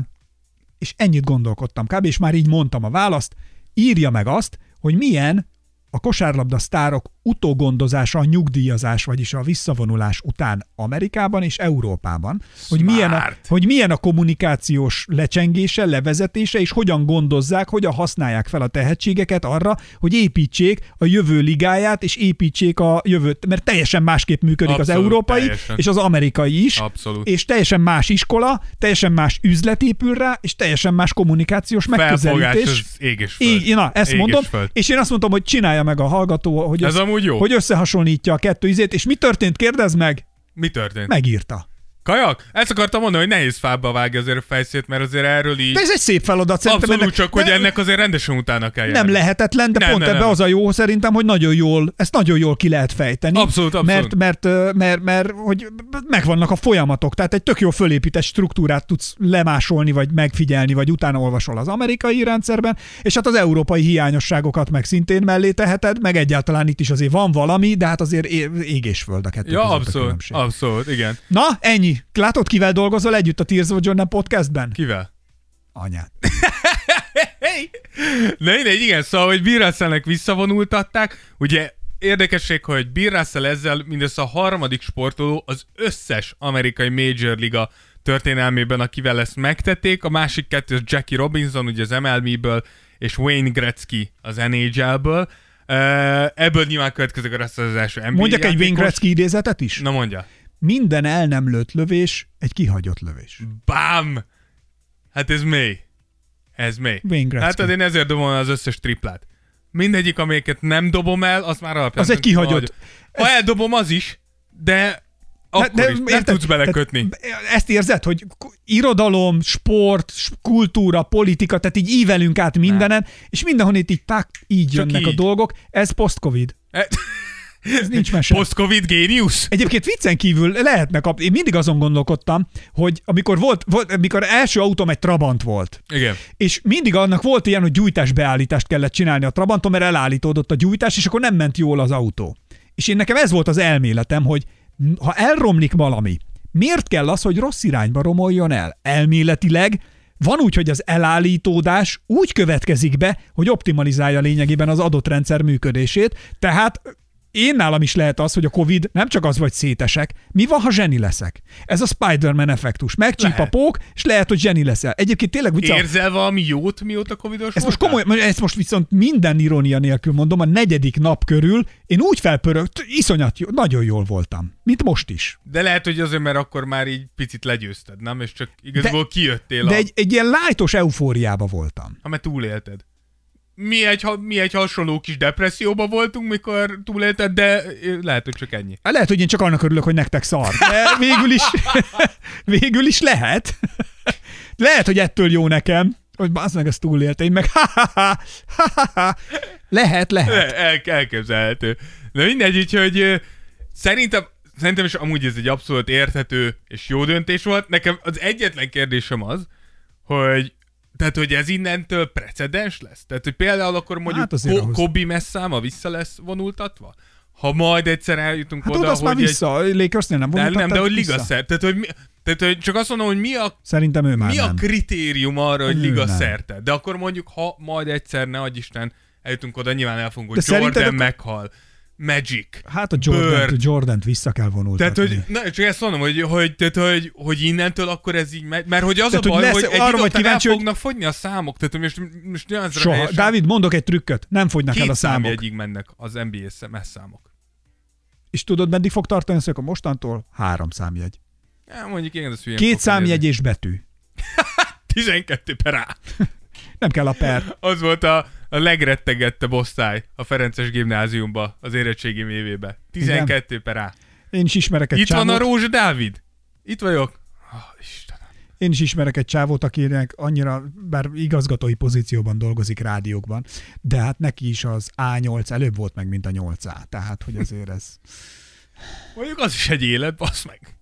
és ennyit gondolkodtam kb. És már így mondtam a választ, írja meg azt, hogy milyen a kosárlabda sztárok utógondozása, a nyugdíjazás, vagyis a visszavonulás után Amerikában és Európában, hogy milyen a kommunikációs lecsengése, levezetése, és hogyan gondozzák, hogyan használják fel a tehetségeket arra, hogy építsék a jövő ligáját, és építsék a jövőt, mert teljesen másképp működik az európai, teljesen. És az amerikai is, abszolút. És teljesen más iskola, teljesen más üzlet épül rá, és teljesen más kommunikációs megközelítés. Ég és föld. Na, ezt mondom, és én azt mondtam, hogy csinálja meg a hallgató, hogy ez amúgy jó. Hogy összehasonlítja a kettő izét, és mi történt, kérdezd meg? Mi történt? Megírta. Kajak? Ezt akartam mondani, hogy nehéz fába vágja azért a fejszét, mert azért erről így... De ez egy szép feladat szerintem. Abszolút, csak hogy ennek azért rendesen utána kell járni. Nem lehetetlen, de pont ebbe az a jó szerintem, hogy ezt nagyon jól ki lehet fejteni. Abszolút. Mert hogy megvannak a folyamatok, tehát egy tök jó fölépített struktúrát tudsz lemásolni, vagy megfigyelni, vagy utána olvasol az amerikai rendszerben, és hát az európai hiányosságokat meg szintén mellé teheted, meg egyáltalán itt is azért van valami, de hát azért ég és föld a kettő között abszolút, igen. Na, ennyi. Látod, kivel dolgozol együtt a Tears of Jordan podcastben? Kivel? Anyád. Igen, szóval, hogy Bill Russellnek visszavonultatták. Ugye érdekesség, hogy Bill Russell ezzel mindössze a 3. sportoló az összes amerikai Major Liga történelmében, akivel ezt megtették. A másik 2 az Jackie Robinson, ugye az MLB-ből, és Wayne Gretzky az NHL-ből. Ebből nyilván következik a Russell az első NBA Mondjak egy Wayne Gretzky idézetet is? Na mondja. Minden el nem lőtt lövés egy kihagyott lövés. Bám! Hát ez mély. Ez mély. Hát én ezért dobom az összes triplát. Mindegyik, amelyiket nem dobom el, az már alapján. Az egy kihagyott. Ha eldobom, az is, de akkor is nem tudsz belekötni. Ezt érzed, hogy irodalom, sport, kultúra, politika, tehát így ívelünk át mindenen, és mindenhonnan így jönnek a dolgok. Ez post-covid. Ez nincs mese. Post-covid géniusz? Egyébként viccen kívül lehetne kapni. Én mindig azon gondolkodtam, hogy amikor első autóm egy Trabant volt. Igen. És mindig annak volt ilyen, hogy gyújtásbeállítást kellett csinálni a Trabanton, mert elállítódott a gyújtás, és akkor nem ment jól az autó. És nekem ez volt az elméletem, hogy ha elromlik valami, Miért kell az, hogy rossz irányba romoljon el? Elméletileg van úgy, hogy az elállítódás úgy következik be, hogy optimalizálja lényegében az adott rendszer működését, tehát én nálam is lehet az, hogy a Covid nem csak az, vagy szétesek. Mi van, ha zseni leszek? Ez a Spider-Man effektus. Megcsíp a pók, és lehet, hogy zseni leszel. Egyébként tényleg vicca. Érzel valami jót, mióta covidos ezt most komolyan, ezt most viszont minden irónia nélkül mondom, a 4. nap körül én úgy felpörögt, iszonyat jó, nagyon jól voltam. Mint most is. De lehet, hogy azért, mert akkor már így picit legyőzted, nem? És csak igazából kijöttél. De egy ilyen lájtos eufóriába voltam. Ha mert túlélted. Mi egy hasonló kis depresszióban voltunk, mikor túlélted, de lehet, hogy csak ennyi. Lehet, hogy én csak annak örülök, hogy nektek szar. De végül is lehet. Lehet, hogy ettől jó nekem, hogy bazd meg, ezt túlélte. Én meg Lehet. Elképzelhető. De mindegy, úgyhogy szerintem is amúgy ez egy abszolút érthető és jó döntés volt. Nekem az egyetlen kérdésem az, hogy ez innentől precedens lesz? Tehát, hogy például akkor mondjuk Kobe messzáma vissza lesz vonultatva? Ha majd egyszer eljutunk oda, hogy... már vissza, a Lakersnél nem vonultatták. Nem, de hogy ligaszert. Tehát, hogy csak azt mondom, hogy szerintem ő már mi nem. a kritérium arra, hogy ligaszerte? De akkor mondjuk, ha majd egyszer, ne adj Isten, eljutunk oda, nyilván elfogunk, hogy Jordan meghal. Magic. Hát a Jordant vissza kell vonultatni. Tehát, hogy csak ezt mondom, hogy innentől akkor ez így megy, mert hogy az tehát, a baj, hogy egy idő után el fognak fogyni a számok. Tehát most soha. Helyesen... Dávid, mondok egy trükköt. Nem fogynak el a számok. 2 számjegyig mennek az NBA messzámok. És tudod, meddig fog tartani, hogy mostantól 3 számjegy. Ja, mondjuk én az 2 számjegy és betű. 12 per A. Nem kell a per. Az volt a legrettegettebb osztály a Ferences gimnáziumba az érettségim évében. 12 igen. per A. Én is ismerek egy Itt csávót. van a Rózsa Dávid. Itt vagyok. Istenem. Én is ismerek egy csávót, akinek annyira, bár igazgatói pozícióban dolgozik rádiókban, de hát neki is az A8 előbb volt meg, mint a 8A. Tehát, hogy azért ez... Mondjuk az is egy élet, bassz meg.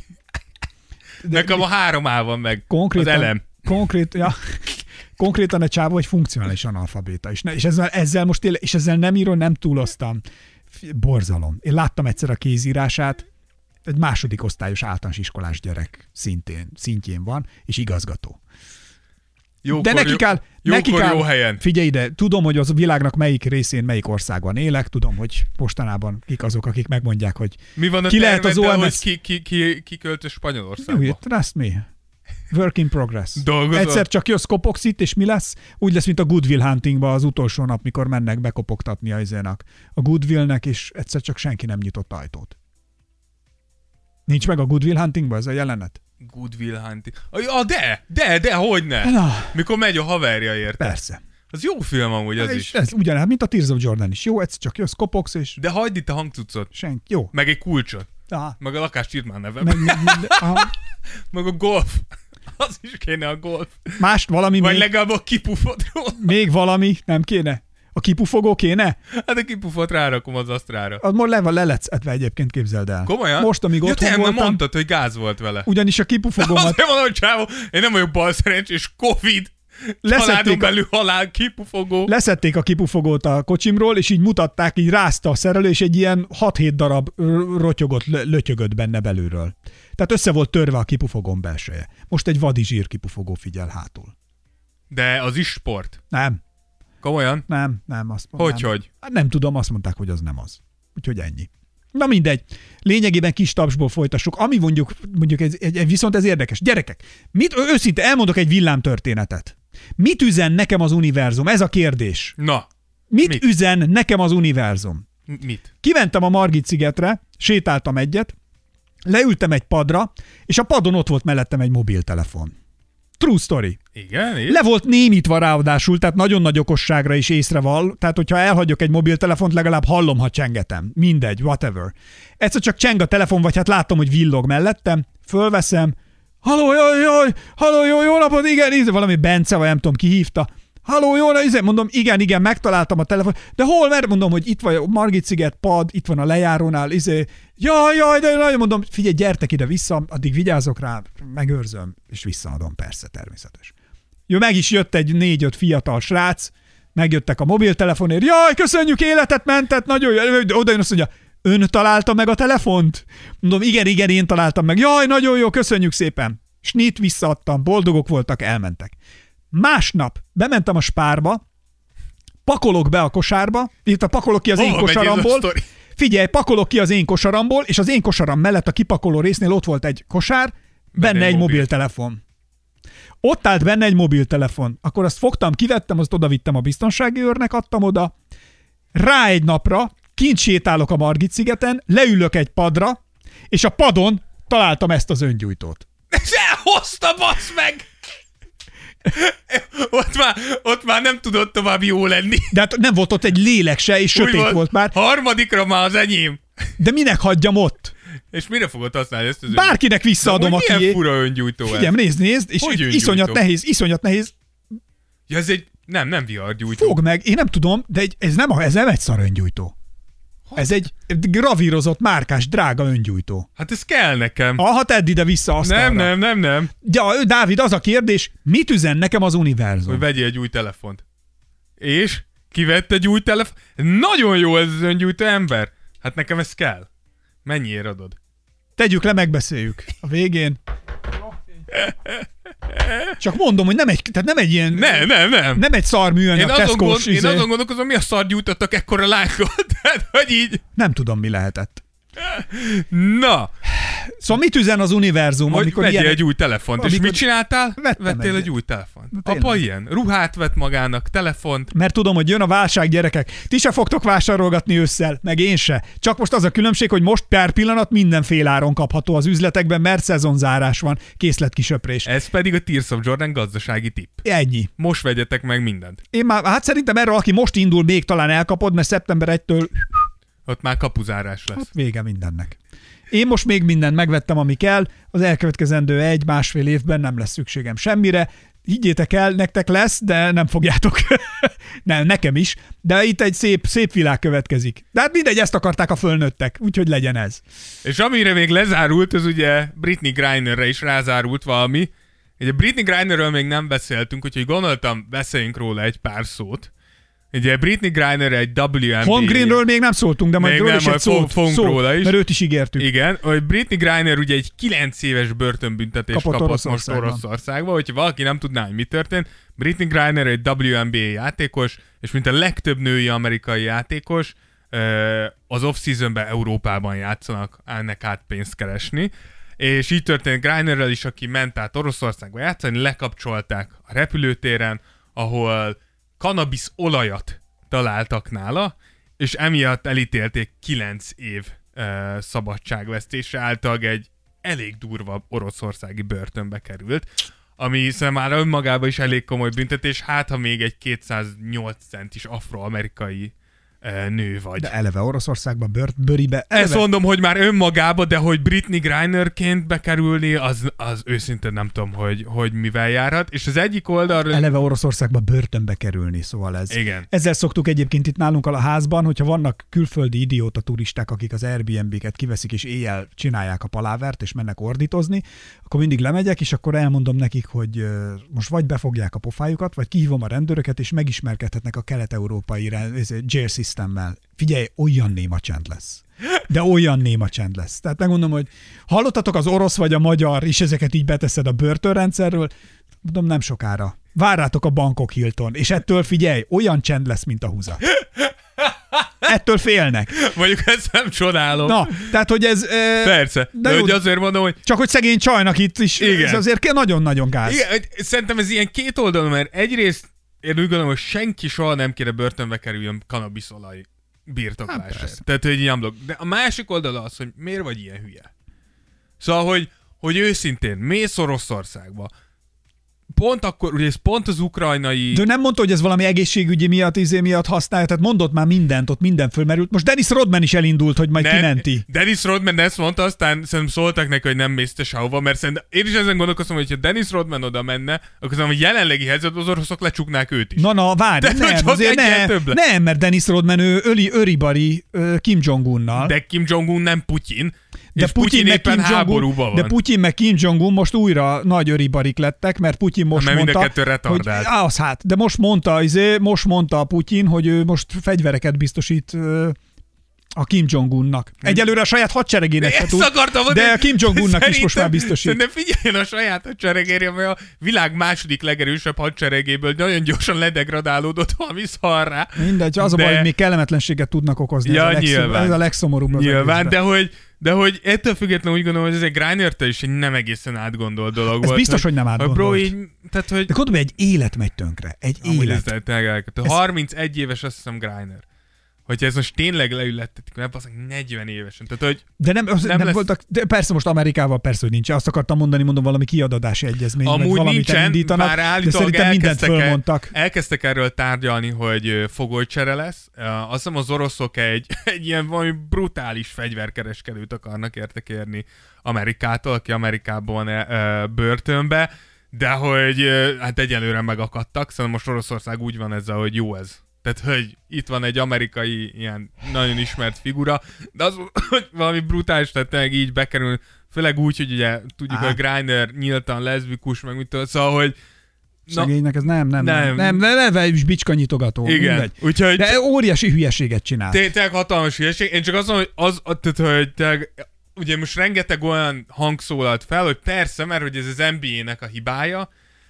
Nekem a 3A van meg. Konkrétan, az elem. Konkrétan egy csávó egy funkcionális analfabéta. És ezzel most és ezzel nem írom, nem túloztam. Borzalom. Én láttam egyszer a kézírását, egy 2. osztályos általános iskolás gyerek szintjén van, és igazgató. De neki kell, jó helyen. Figyelj ide, tudom, hogy az a világnak melyik részén, melyik országban élek, tudom, hogy mostanában kik azok, akik megmondják, hogy mi van a ki lehet az OMS... hogy ki költöz Spanyolországba. Trust me. Work in progress. Dolgozol? Egyszer csak jössz, kopogsz itt, és mi lesz? Úgy lesz, mint a Good Will Huntingban az utolsó nap, mikor mennek bekopogtatni a Good Willnek, és egyszer csak senki nem nyitott ajtót. Nincs meg a Good Will Huntingban ez a jelenet? Good Will Hunting. De, hogyne? Na. Mikor megy a haverja érte. Persze. Az jó film amúgy, az is. Ez ugyanaz, mint a Tears of Jordan is. Jó, egyszer csak jössz, kopogsz, és... De hagyd itt a hangcuccot. Senki. Jó. Meg egy kulcsot. Aha. Meg a lakást írt már nevem. Meg a golf. Az is kéne a golf. Mást valami vagy még... legalább a kipufodról. Még valami nem kéne? A kipufogó kéne? Hát a kipufot rárakom az asztrára. Az most le let's etve egyébként, képzeld el. Komolyan? Most, amíg otthon voltam... mondtad, hogy gáz volt vele. Ugyanis a kipufogomat... Azért mondom, csávó, én nem vagyok balszerencsés, Covid. Családon belül halál, kipufogó. Leszették a kipufogót a kocsimról, és így mutatták, így rázta a szerelő, és egy ilyen 6-7 darab rotyogott, lötyögött benne belülről. Tehát össze volt törve a kipufogón belseje. Most egy vadi zsír kipufogó figyel hátul. De az is sport. Nem. Komolyan? Nem, azt mondom. Hogy? Hát nem tudom, azt mondták, hogy az nem az. Úgyhogy ennyi. Na mindegy. Lényegében kis tapsból folytassuk. Ami mondjuk viszont ez érdekes. Gyerekek, őszinte elmondok egy villámtörténetet. Mit üzen nekem az univerzum? Ez a kérdés. Na. Mit üzen nekem az univerzum? Mit? Kimentem a Margit-szigetre, sétáltam egyet, leültem egy padra, és a padon ott volt mellettem egy mobiltelefon. True story. Igen? Le volt némítva ráadásul, tehát nagyon nagy okosságra is észreval, tehát hogyha elhagyok egy mobiltelefont, legalább hallom, ha csengetem. Mindegy, whatever. Egyszer csak cseng a telefon, vagy hát látom, hogy villog mellettem, fölveszem, halló, jó napot, igen, valami Bence, vagy nem tudom, ki hívta. Halló, jó, mondom, igen, megtaláltam a telefon, de hol, mert mondom, hogy itt van a Margit-sziget pad, itt van a lejárónál, jaj, de nagyon mondom, figyelj, gyertek ide vissza, addig vigyázok rá, megőrzöm, és visszaadom, persze, természetes. Jó, meg is jött egy 4-5 fiatal srác, megjöttek a mobiltelefonért, jaj, köszönjük, életet mentett, nagyon jó, oda jön azt mondja, ön találta meg a telefont? Mondom, igen, én találtam meg. Jaj, nagyon jó, köszönjük szépen. Snit visszaadtam, boldogok voltak, elmentek. Másnap bementem a Spárba, pakolok be a kosárba, itt pakolok ki az én kosaramból. Figyelj, pakolok ki az én kosaramból, és az én kosaram mellett a kipakoló résznél ott volt egy kosár, benne egy mobiltelefon. Ott állt benne egy mobiltelefon. Akkor azt fogtam, kivettem, azt odavittem a biztonsági őrnek, adtam oda. Rá egy napra kint sétálok a Margit-szigeten, leülök egy padra, és a padon találtam ezt az öngyújtót. És elhozta, bassz meg! Ott már nem tudott tovább jó lenni. De hát nem volt ott egy lélek se, és sötét volt már. Harmadikra már az enyém. De minek hagyjam ott? És mire fogod használni ezt az Bárkinek visszaadom, aki... Milyen fura öngyújtó ez? Figyelj, nézd, és iszonyat nehéz. Ja, ez egy... Nem vihargyújtó. Fogd meg, én nem tudom, de ez nem egy szar öngyújtó. Ez egy gravírozott, márkás, drága öngyújtó. Hát ez kell nekem. Ha tedd ide vissza asztalra. Nem. Ja, Dávid, az a kérdés, mit üzen nekem az univerzum? Hogy vegyél egy új telefont. És? Kivett egy új telefon? Nagyon jó ez az öngyújtó ember. Hát nekem ez kell. Mennyiért adod? Tegyük le, megbeszéljük. A végén. Csak mondom, hogy nem egy ilyen... Nem egy szar műanyag Tesco-s. Én azon gondolkozom, mi a szar gyújtottak ekkora lánkot. Tehát, hogy így... Nem tudom, mi lehetett. Na. Szóval mit üzen az univerzum, hogy amikor vegyél egy új telefont. És mit csináltál? Vettél egy új telefont. Apa ilyen. Ruhát vett magának, telefont. Mert tudom, hogy jön a válság, gyerekek. Ti se fogtok vásárolgatni ősszel, meg én se. Csak most az a különbség, hogy most per pillanat mindenféle áron kapható az üzletekben, mert szezonzárás van, készletkisöprés. Ez pedig a Tears of Jordan gazdasági tipp. Ennyi. Most vegyetek meg mindent. Én már, hát szerintem erről, aki most indul, még talán elkapod, mert szeptember 1-től... Ott már kapuzárás lesz. Hát vége mindennek. Én most még mindent megvettem, ami kell, az elkövetkezendő 1-1,5 évben nem lesz szükségem semmire. Higgyétek el, nektek lesz, de nem fogjátok. Nem, nekem is. De itt egy szép világ következik. De hát mindegy, ezt akarták a fölnőttek, úgyhogy legyen ez. És amire még lezárult, az ugye Britney Grinerre is rázárult valami. Ugye Britney Grinerről még nem beszéltünk, úgyhogy gondoltam, beszéljünk róla egy pár szót. Ugye Britney Griner egy WNBA... Holmgrenről még nem szóltunk, de majd róla is egy szót, róla is. Mert őt is ígértük. Igen, hogy Britney Griner ugye egy 9 éves börtönbüntetést kapott most Oroszországban, hogyha valaki nem tudná, hogy mi történt. Britney Griner egy WNBA játékos, és mint a legtöbb női amerikai játékos, az off-seasonben Európában játszanak, ennek át pénzt keresni. És így történt Grinerrel is, aki ment át Oroszországba játszani, lekapcsolták a repülőtéren, ahol kannabisz olajat találtak nála, és emiatt elítélték 9 év szabadságvesztése által egy elég durva oroszországi börtönbe került, ami hiszen már önmagában is elég komoly büntetés, hát ha még egy 208 centis afroamerikai nő vagy. De eleve Oroszországban bőribe. Ezt mondom, hogy már önmagában, de hogy Britney Grinerként bekerülni, az őszintén nem tudom, hogy mivel járhat. És az egyik oldalról... Eleve Oroszországba börtönbe kerülni, szóval ez. Igen. Ezzel szoktuk egyébként itt nálunk a házban, hogyha vannak külföldi idióta turisták, akik az Airbnb-ket kiveszik, és éjjel csinálják a palávert, és mennek ordítozni, akkor mindig lemegyek, és akkor elmondom nekik, hogy most vagy befogják a pofájukat, vagy kihívom a rendőröket, és megismerkedhetnek a kelet-európai jail systemmel. Figyelj, olyan néma csend lesz. De olyan néma csend lesz. Tehát megmondom, hogy hallottatok az orosz vagy a magyar, és ezeket így beteszed a börtönrendszerről, mondom, nem sokára. Várjátok a Bangkok Hilton, és ettől figyelj, olyan csend lesz, mint a húzat. Ettől félnek. Mondjuk ezt nem csodálom. Na, tehát, hogy ez... Persze, de hogy azért mondom, hogy... Csak hogy szegény csajnak itt is, ez azért nagyon-nagyon gáz. Igen, szerintem ez ilyen két oldalon, mert egyrészt én úgy gondolom, hogy senki soha nem kéne börtönbe kerüljön kannabiszolaj birtoklásért. Tehát, hogy ilyen blog. De a másik oldala az, hogy miért vagy ilyen hülye. Szóval, hogy őszintén, mész Oroszországba, pont akkor, ugye ez pont az ukrajnai... De nem mondta, hogy ez valami egészségügyi miatt használja, tehát mondott már mindent, ott minden fölmerült. Most Dennis Rodman is elindult, hogy majd kimenti. Dennis Rodman ezt mondta, aztán szerintem szóltak neki, hogy nem mész te sehova, mert szerintem én is ezen gondolkoztam, hogy ha Dennis Rodman oda menne, akkor szerintem a jelenlegi helyzetben az oroszok lecsuknák őt is. Na, várj, nem, azért nem, mert Dennis Rodman öribari Kim Jong-unnal. De Kim Jong-un nem Putyin. De Putyin éppen háborúban van. De Putyin meg Kim Jong-un most újra nagy öribarik lettek, mert Putyin most mondta, mind a kettő retardált. Hogy, de most mondta a Putyin, hogy ő most fegyvereket biztosít A Kim Jong-unnak. Egyelőre a saját hadseregének se tud, de a Kim Jong-unnak is most már biztosít. Szerintem figyeljen a saját hadseregére, mert a világ második legerősebb hadseregéből nagyon gyorsan ledegradálódott valami szarrá. Mindegy, az a baj, hogy még kellemetlenséget tudnak okozni. Ja, ez a legszomorúbb. Nyilván, de hogy ettől függetlenül úgy gondolom, hogy ez egy Griner-től is egy nem egészen átgondolt dolog volt. Ez biztos, hogy nem átgondolt. Bro, így, tehát, hogy... De gondolom, egy élet megy tönkre. Egy élet. 31 éves, azt hiszem, Griner. Hogyha ez most tényleg leülettetik, mert az 40 évesen. Tehát, hogy de nem lesz... voltak, de persze most Amerikával persze, hogy nincs. Azt akartam mondani, mondom, valami kiadatási egyezmény, amúgy vagy valamit nincsen, elindítanak, de szerintem mindent fölmondtak. Elkezdtek erről tárgyalni, hogy fogolycsere lesz. Azt hiszem az oroszok egy ilyen valami brutális fegyverkereskedőt akarnak érni Amerikától, aki Amerikában börtönbe, de hogy hát egyelőre megakadtak. Szóval most Oroszország úgy van ezzel, hogy jó ez. Tehát, hogy itt van egy amerikai ilyen nagyon ismert figura, de az, hogy valami brutális, tehát tényleg így bekerül, főleg úgy, hogy ugye tudjuk, hogy Griner nyíltan leszbikus, meg mitől, szóval, hogy szegénynek ez nem is bicska nyitogató. Igen. Úgyhogy, de óriási hülyeséget csinált. Tényleg hatalmas hülyeség. Én csak azt mondom, hogy hogy ugye most rengeteg olyan hang szólalt fel, hogy persze, mert hogy ez az NBA-nek a hibája,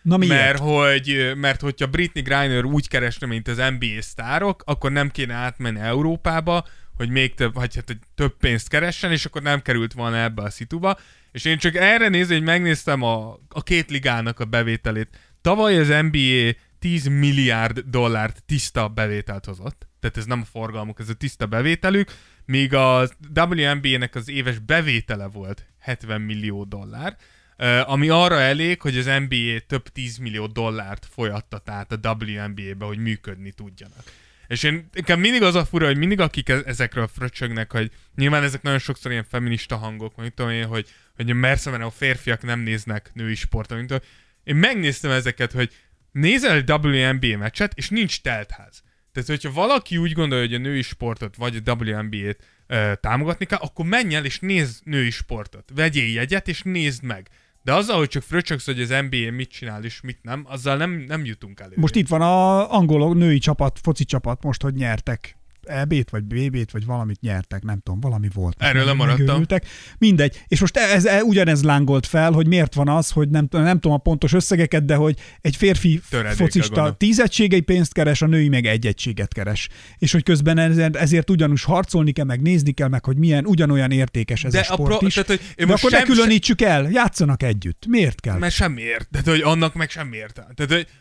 mert hogyha Britney Griner úgy keresne, mint az NBA sztárok, akkor nem kéne átmenni Európába, hogy még több, vagy hát, hogy több pénzt keressen, és akkor nem került volna ebbe a szituba. És én csak erre nézve, hogy megnéztem a két ligának a bevételét. Tavaly az NBA 10 milliárd dollárt tiszta bevételt hozott. Tehát ez nem a forgalmuk, ez a tiszta bevételük, míg a WNBA-nek az éves bevétele volt 70 millió dollár, ami arra elég, hogy az NBA több 10 millió dollárt folyattat át a WNBA-be, hogy működni tudjanak. És nekem mindig az a fura, hogy mindig akik ezekről fröccsögnek, hogy nyilván ezek nagyon sokszor ilyen feminista hangok, mondjuk tudom én, hogy mert a férfiak nem néznek női sportot, mint én megnéztem ezeket, hogy nézel egy WNBA meccset, és nincs teltház. Tehát, hogyha valaki úgy gondolja, hogy a női sportot, vagy a WNBA-t támogatni kell, akkor menj el és nézd női sportot. Vegyél jegyet, és nézd meg. De azzal, hogy csak fröccsögsz, hogy az NBA mit csinál és mit nem, azzal nem jutunk elő. Most itt van az angol női csapat, foci csapat most, hogy nyertek. EB-t, vagy BB-t, vagy valamit nyertek, nem tudom, valami volt. Erről lemaradtam. Mindegy. És most ugyanez lángolt fel, hogy miért van az, hogy nem tudom a pontos összegeket, de hogy egy férfi focista 10 egységei pénzt keres, a női meg 1 egységet keres. És hogy közben ezért ugyanúgy harcolni kell, meg nézni kell, meg hogy milyen ugyanolyan értékes ez a sport is. Tehát, hogy de akkor ne különítsük el, játszanak együtt. Miért kell? Mert semmiért. Tehát, hogy annak meg semmiért. Tehát, hogy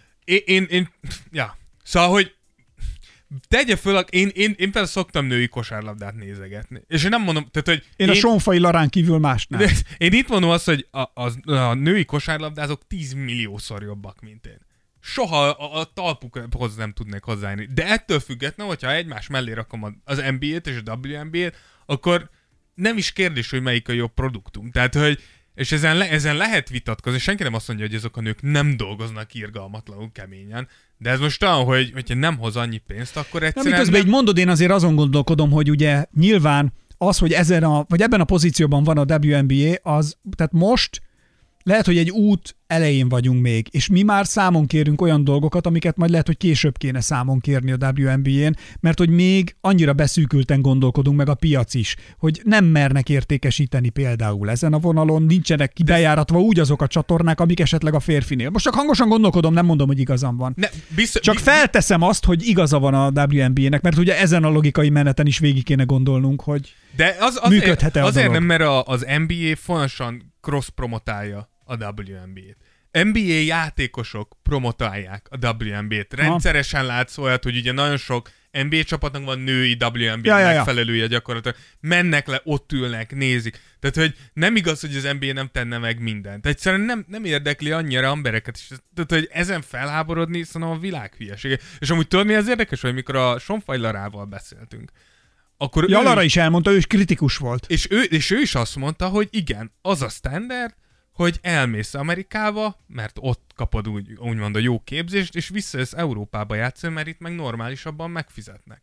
Szóval, hogy tegye föl, én például szoktam női kosárlabdát nézegetni. És én nem mondom, tehát, hogy én a Sonfai Larán kívül más nem. Én itt mondom azt, hogy a női kosárlabdázók 10 milliószor jobbak, mint én. Soha a talpukhoz nem tudnék hozzájönni. De ettől függetlenül, hogyha egymás mellé rakom az NBA-t és a WNBA-t, akkor nem is kérdés, hogy melyik a jobb produktum. Tehát, hogy és ezen lehet vitatkozni, senki nem azt mondja, hogy azok a nők nem dolgoznak irgalmatlanul keményen, de ez most olyan, hogyha nem hoz annyi pénzt, akkor egyszerűen... Miközben így mondod, én azért azon gondolkodom, hogy ugye nyilván az, hogy vagy ebben a pozícióban van a WNBA, tehát most lehet, hogy egy út elején vagyunk még, és mi már számon kérünk olyan dolgokat, amiket majd lehet, hogy később kéne számon kérni a WNBA-n, mert hogy még annyira beszűkülten gondolkodunk, meg a piac is, hogy nem mernek értékesíteni például ezen a vonalon, nincsenek bejáratva úgy azok a csatornák, amik esetleg a férfinél. Most csak hangosan gondolkodom, nem mondom, hogy igazam van. Csak felteszem azt, hogy igaza van a WNBA-nek, mert ugye ezen a logikai meneten is végig kéne gondolnunk, hogy de működhet-e azért dolog. Nem, mert az NBA folyamatosan cross-promotálja a WNBA-t. NBA játékosok promotálják a WNBA-t. Rendszeresen látsz olyat, hogy ugye nagyon sok NBA csapatnak van női WNBA megfelelője gyakorlatilag. Mennek le, ott ülnek, nézik. Tehát, hogy nem igaz, hogy az NBA nem tenne meg mindent. Egyszerűen nem érdekli annyira embereket. Tehát, hogy ezen felháborodni, szóval a világ hülyesége. És amúgy tudod, mi az érdekes, hogy mikor a Sonfai Larával beszéltünk, akkor Lara is elmondta, ő is kritikus volt. És ő is azt mondta, hogy igen, az a standard, hogy elmész Amerikába, mert ott kapod úgymond a jó képzést, és visszajössz Európába játszani, mert itt meg normálisabban megfizetnek.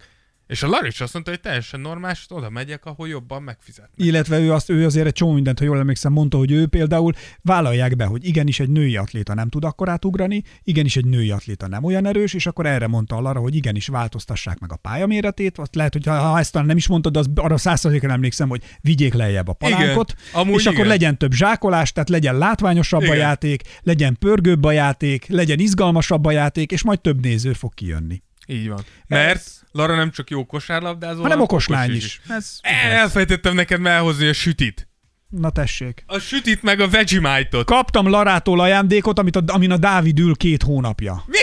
És a Lari is azt mondta, hogy teljesen normális, oda megyek, ahol jobban megfizetnek. Illetve ő azért egy csomó mindent, ha jól emlékszem, mondta, hogy ő például vállalják be, hogy igenis egy női atléta nem tud akkorát ugrani, igenis egy női atléta nem olyan erős, és akkor erre mondta a Lara, hogy igenis változtassák meg a pályaméretét. Azt lehet, hogy ha ezt talán nem is mondtad, de az arra 100%-ra emlékszem, hogy vigyék lejjebb a palánkot, és akkor legyen több zsákolás, tehát legyen látványosabb a játék, legyen pörgőbb a játék, legyen izgalmasabb a játék, és majd több néző fog kijönni. Így van. Mert Lara nem csak jó kosárlabdázó, hanem okos lány is. Elfelejtettem neked elhozni a sütit. Na tessék. A sütit meg a Vegemite-ot. Kaptam Larától ajándékot, amin a Dávid ül 2 hónapja. Mi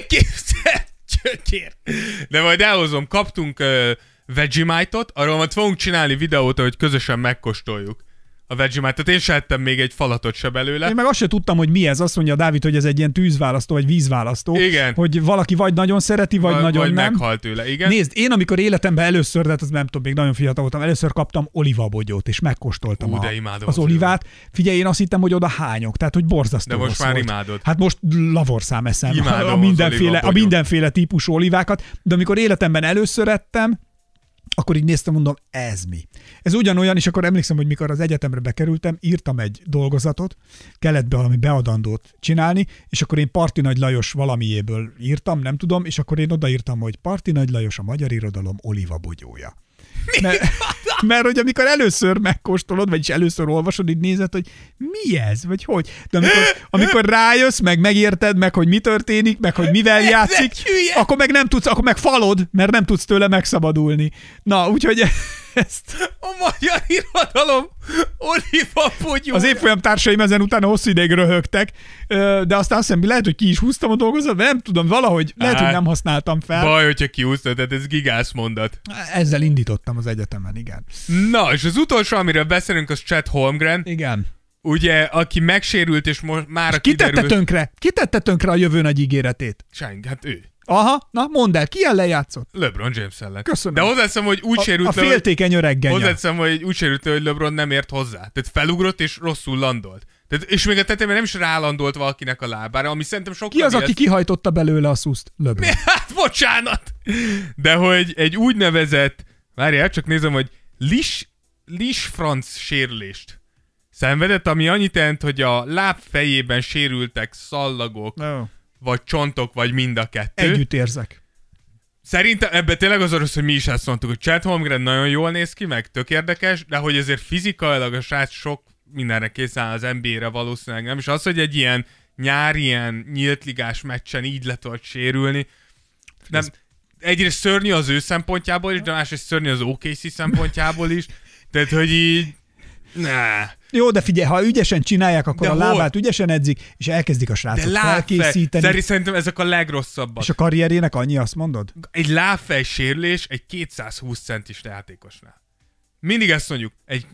kér? De majd elhozom. Kaptunk Vegemite-ot, arról majd fogunk csinálni videót, hogy közösen megkóstoljuk a Vegemite-ot. Én se ettem még egy falatot se belőle. Én meg azt se tudtam, hogy mi ez. Azt mondja Dávid, hogy ez egy ilyen tűzválasztó, vagy vízválasztó. Igen. Hogy valaki vagy nagyon szereti, vagy nagyon vagy nem. meghalt tőle, igen. Nézd, én amikor életemben először, de hát az nem tudom, még nagyon fiatal voltam, először kaptam olivabogyót, és megkóstoltam az olivát. Figyelj, én azt hittem, hogy oda hányok, tehát hogy borzasztó. De most már volt. Imádod. Hát most lavorszám eszem a a mindenféle típusú olivákat, de amikor életemben először ettem, akkor így néztem, mondom, ez mi? Ez ugyanolyan, és akkor emlékszem, hogy mikor az egyetemre bekerültem, írtam egy dolgozatot, kellett be valami beadandót csinálni, és akkor én Parti Nagy Lajos valamiéből írtam, nem tudom, és akkor én odaírtam, hogy Parti Nagy Lajos a magyar irodalom olivabogyója. Mert hogy amikor először megkóstolod, vagyis először olvasod, így nézed, hogy mi ez, vagy hogy. De amikor rájössz, meg megérted, meg hogy mi történik, meg hogy mivel játszik, akkor meg nem tudsz, akkor meg falod, mert nem tudsz tőle megszabadulni. Na, úgyhogy ezt... A magyar irodalom olivabogyója. Az évfolyam társaim ezen utána hosszú ideig röhögtek, de aztán azt hiszem, lehet, hogy ki is húztam a dolgozat, nem tudom, valahogy, lehet, hogy nem használtam fel. Baj, hogyha kihúztad, tehát ez gigász mondat. Ezzel indítottam az egyetemen, igen. Na, és az utolsó, amiről beszélünk, az Chet Holmgren. Igen. Ugye, aki megsérült, és most már kitette tönkre a jövő nagy ígéretét. Senki, hát ő. Aha, na mondd el, ki ellen játszott? LeBron James ellen. Köszönöm. De hozzáteszem, hogy úgy sérült a féltékeny öreg genya. Hozzáteszem, hogy úgy sérült, hogy LeBron nem ért hozzá. Tehát felugrott és rosszul landolt. Tehát, és még a tetejében nem is rálandolt valakinek a lábára, ami szerintem sokkal... Ki az, aki kihajtotta belőle a szuszt? LeBron. Hát, bocsánat! De hogy egy úgynevezett... Várjál, csak nézem, hogy Lis-Franz sérülést szenvedett, ami annyit jelent, hogy a láb fejében sérültek szallagok, vagy csontok, vagy mind a kettő. Együtt érzek. Szerintem ebben tényleg az rossz, hogy mi is ezt mondtuk, hogy Chet Holmgren nagyon jól néz ki, meg tök érdekes, de hogy azért fizikailag a srác sok mindenre kész áll az NBA-re valószínűleg nem, és az, hogy egy ilyen nyári, ilyen nyílt ligás meccsen így le tudod sérülni, nem, egyrészt szörnyű az ő szempontjából is, de másrészt szörnyű az OKC szempontjából is, tehát hogy így Jó, de figyelj, ha ügyesen csinálják, akkor a lábát ügyesen edzik, és elkezdik a srácot felkészíteni. Szerintem ezek a legrosszabbak. És a karrierjének annyi, azt mondod? Egy lábfej sérülés egy 220 centis játékosnál. Mindig ezt mondjuk, egy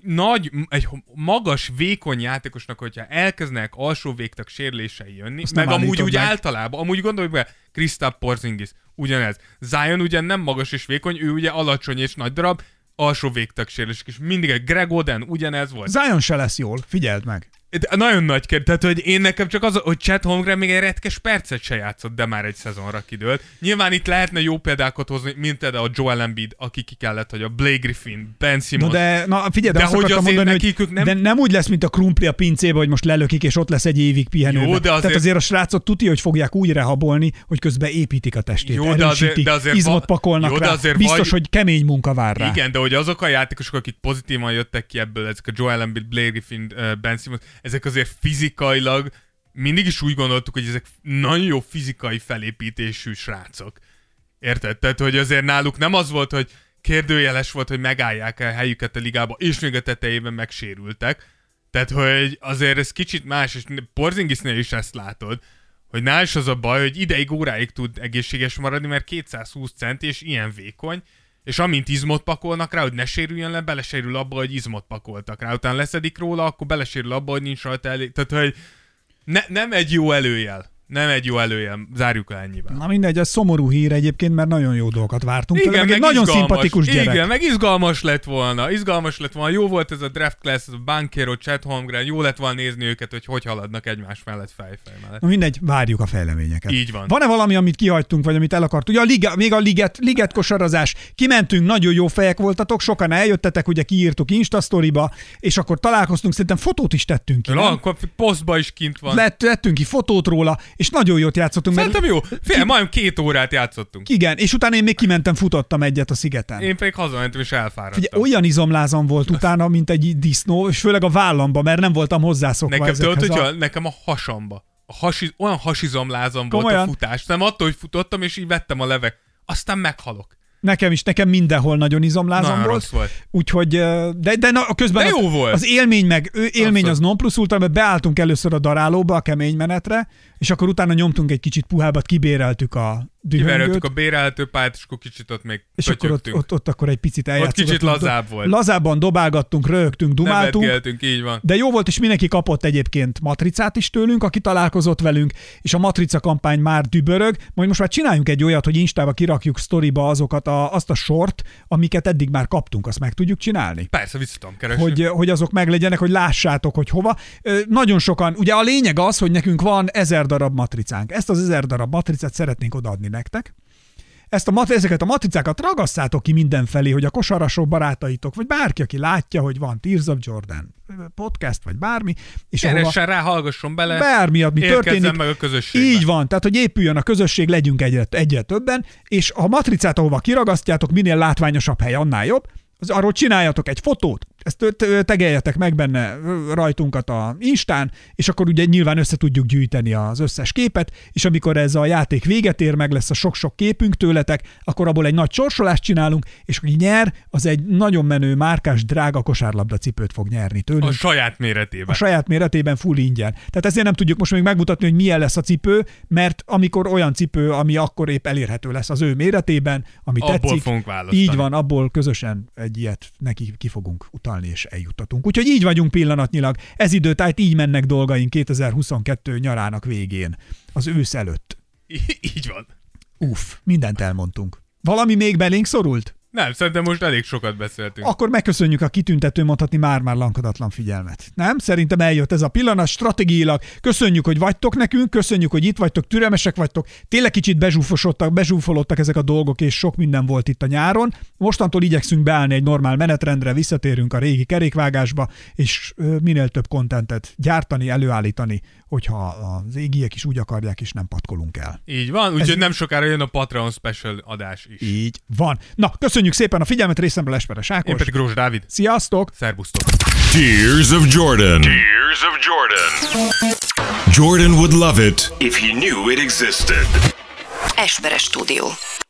magas, vékony játékosnak, hogyha elkezdenek alsó végtag sérülései jönni, azt meg amúgy úgy általában, amúgy gondoljuk be, Kristaps Porzingis, ugyanez. Zion ugyan nem magas és vékony, ő ugye alacsony és nagy darab, alsó végtag sérülések, és mindig egy Greg Oden ugyanez volt. Zion se lesz jól, figyeld meg. De nagyon nagy kérdés, tehát hogy én nekem csak az, hogy Chet Holmgren még egy retkes percet se játszott, de már egy szezonra kidőlt. Nyilván itt lehetne jó példákat hozni, mint például a Joel Embiid, aki ki kellett, hogy a Blake Griffin, Ben Simmons. Figyelj, de azt akartam mondani, hogy nem... De nem úgy lesz, mint a krumpli a pincébe, hogy most lelökik, és ott lesz egy évig pihenőben. Jó, de azért... Tehát azért a srácot tudja, hogy fogják úgy rehabolni, hogy közben építik a testét, jó, erősítik, izmot pakolnak rá. Biztos, hogy kemény munka vár rá. Igen, de hogy azok a játékosok, akik pozitívan jöttek ki ebből, ezek a Joel Embiid, Blake Griffin, Ben Simmons, ezek azért fizikailag mindig is úgy gondoltuk, hogy ezek nagyon jó fizikai felépítésű srácok. Érted? Tehát, hogy azért náluk nem az volt, hogy kérdőjeles volt, hogy megállják a helyüket a ligába, és még a tetejében megsérültek. Tehát, hogy azért ez kicsit más, és Porzingisnél is ezt látod, hogy nál is az a baj, hogy ideig, óráig tud egészséges maradni, mert 220 centi és ilyen vékony, és amint izmot pakolnak rá, hogy ne sérüljön le, belesérül abba, hogy izmot pakoltak rá. Utána leszedik róla, akkor belesérül abba, hogy nincs rajta elég. Tehát, hogy nem egy jó előjel. Nem egy jó előjel, zárjuk el ennyivel. Na mindegy, ez szomorú hír egyébként, mert nagyon jó dolgokat vártunk. Igen, meg egy nagyon szimpatikus gyerek. Igen, meg izgalmas lett volna. Jó volt ez a draft class, ez a Banchero, Chet Holmgren, jó lett volna nézni őket, hogy haladnak egymás mellett fej mellett. Na mindegy, várjuk a fejleményeket. Így van. Van-e valami, amit kihagytunk, vagy amit el akartunk? Ugye még a liget kosarazás. Kimentünk, nagyon jó fejek voltatok, sokan eljöttetek, ugye kiírtuk Insta Storyba, és akkor találkoztunk, szerintem fotót is tettünk ki. Akkor posztba is kint van. Lettünk ki fotót róla, és nagyon jót játszottunk. Szerintem jó. Majdnem 2 órát játszottunk. Igen, és utána én még kimentem, futottam egyet a szigeten. Én pedig hazamentem, és elfáradtam. Ugye, olyan izomlázam volt utána, mint egy disznó, és főleg a vállamba, mert nem voltam hozzászokva ezekhez. Nekem a hasamba. Olyan hasizomlázam Komolyan? volt a futás. Nem attól, hogy futottam, és így vettem a leveg. Aztán meghalok. Nekem mindenhol nagyon izomlázam volt. Úgyhogy, de közben jó volt. Az élmény az non plus ultra, mert beálltunk először a darálóba, a kemény menetre, és akkor utána nyomtunk egy kicsit puhábbat, kibéreltük a dühöngőt. Kibéreltük a béreltőpályát, és akkor kicsit ott még és akkor egy picit eljátszottunk. Ott kicsit lazább volt. Lazábban dobálgattunk, röhögtünk, dumáltunk. Nevetgéltünk, így van. De jó volt, és mindenki kapott egyébként matricát is tőlünk, aki találkozott velünk, és a matrica kampány már dübörög. Majd most már csináljunk egy olyat, hogy Instába kirakjuk sztoriba azt a sort, amiket eddig már kaptunk, azt meg tudjuk csinálni. Persze, vissza tudom keresni. Hogy azok meglegyenek, hogy lássátok, hogy hova. Nagyon sokan, ugye a lényeg az, hogy nekünk van 1000 darab matricánk. Ezt az 1000 darab matricát szeretnénk odaadni nektek. Ezeket a matricákat raggasszátok ki mindenfelé, hogy a kosarasok barátaitok, vagy bárki, aki látja, hogy van Tears of Jordan podcast, vagy bármi. És keressen rá, hallgasson bele, bármi, ami történik. Meg a közösségben. Így van, tehát hogy épüljön a közösség, legyünk egyre többen, és a matricát, ahova kiragasztjátok, minél látványosabb hely, annál jobb, arról csináljatok egy fotót, ezt tegeljetek meg benne rajtunkat a Instán, és akkor ugye nyilván össze tudjuk gyűjteni az összes képet, és amikor ez a játék véget ér, meg lesz a sok-sok képünk tőletek, akkor abból egy nagy sorsolást csinálunk, és aki nyer, az egy nagyon menő, márkás, drága kosárlabda cipőt fog nyerni tőlünk. A saját méretében. A saját méretében full ingyen. Tehát ezért nem tudjuk most még megmutatni, hogy milyen lesz a cipő, mert amikor olyan cipő, ami akkor épp elérhető lesz az ő méretében, ami abból tetszik. Fogunk választani. Így van, abból közösen egy ilyet neki ki fogunk utalni, és eljuttatunk. Úgyhogy így vagyunk pillanatnyilag. Ez időtájt így mennek dolgaink 2022 nyarának végén, az ősz előtt. Így van. Mindent elmondtunk. Valami még belénk szorult? Nem, szerintem most elég sokat beszéltünk. Akkor megköszönjük a kitüntető, mondhatni már lankadatlan figyelmet. Nem? Szerintem eljött ez a pillanat, stratégiailag. Köszönjük, hogy vagytok nekünk, köszönjük, hogy itt vagytok, türelmesek vagytok. Tényleg kicsit bezsúfolódtak ezek a dolgok, és sok minden volt itt a nyáron. Mostantól igyekszünk beállni egy normál menetrendre, visszatérünk a régi kerékvágásba, és minél több kontentet gyártani, előállítani, hogyha az égiek is úgy akarják, és nem patkolunk el. Így van, úgyhogy nem sokára jön a Patreon special adás is. Így van. Na, köszönjük szépen a figyelmet, részemről Esperes Ákos. Én pedig Grós Dávid. Sziasztok! Szerbusztok! Tears of Jordan. Tears of Jordan. Jordan would love it if he knew it existed. Esperes Stúdió.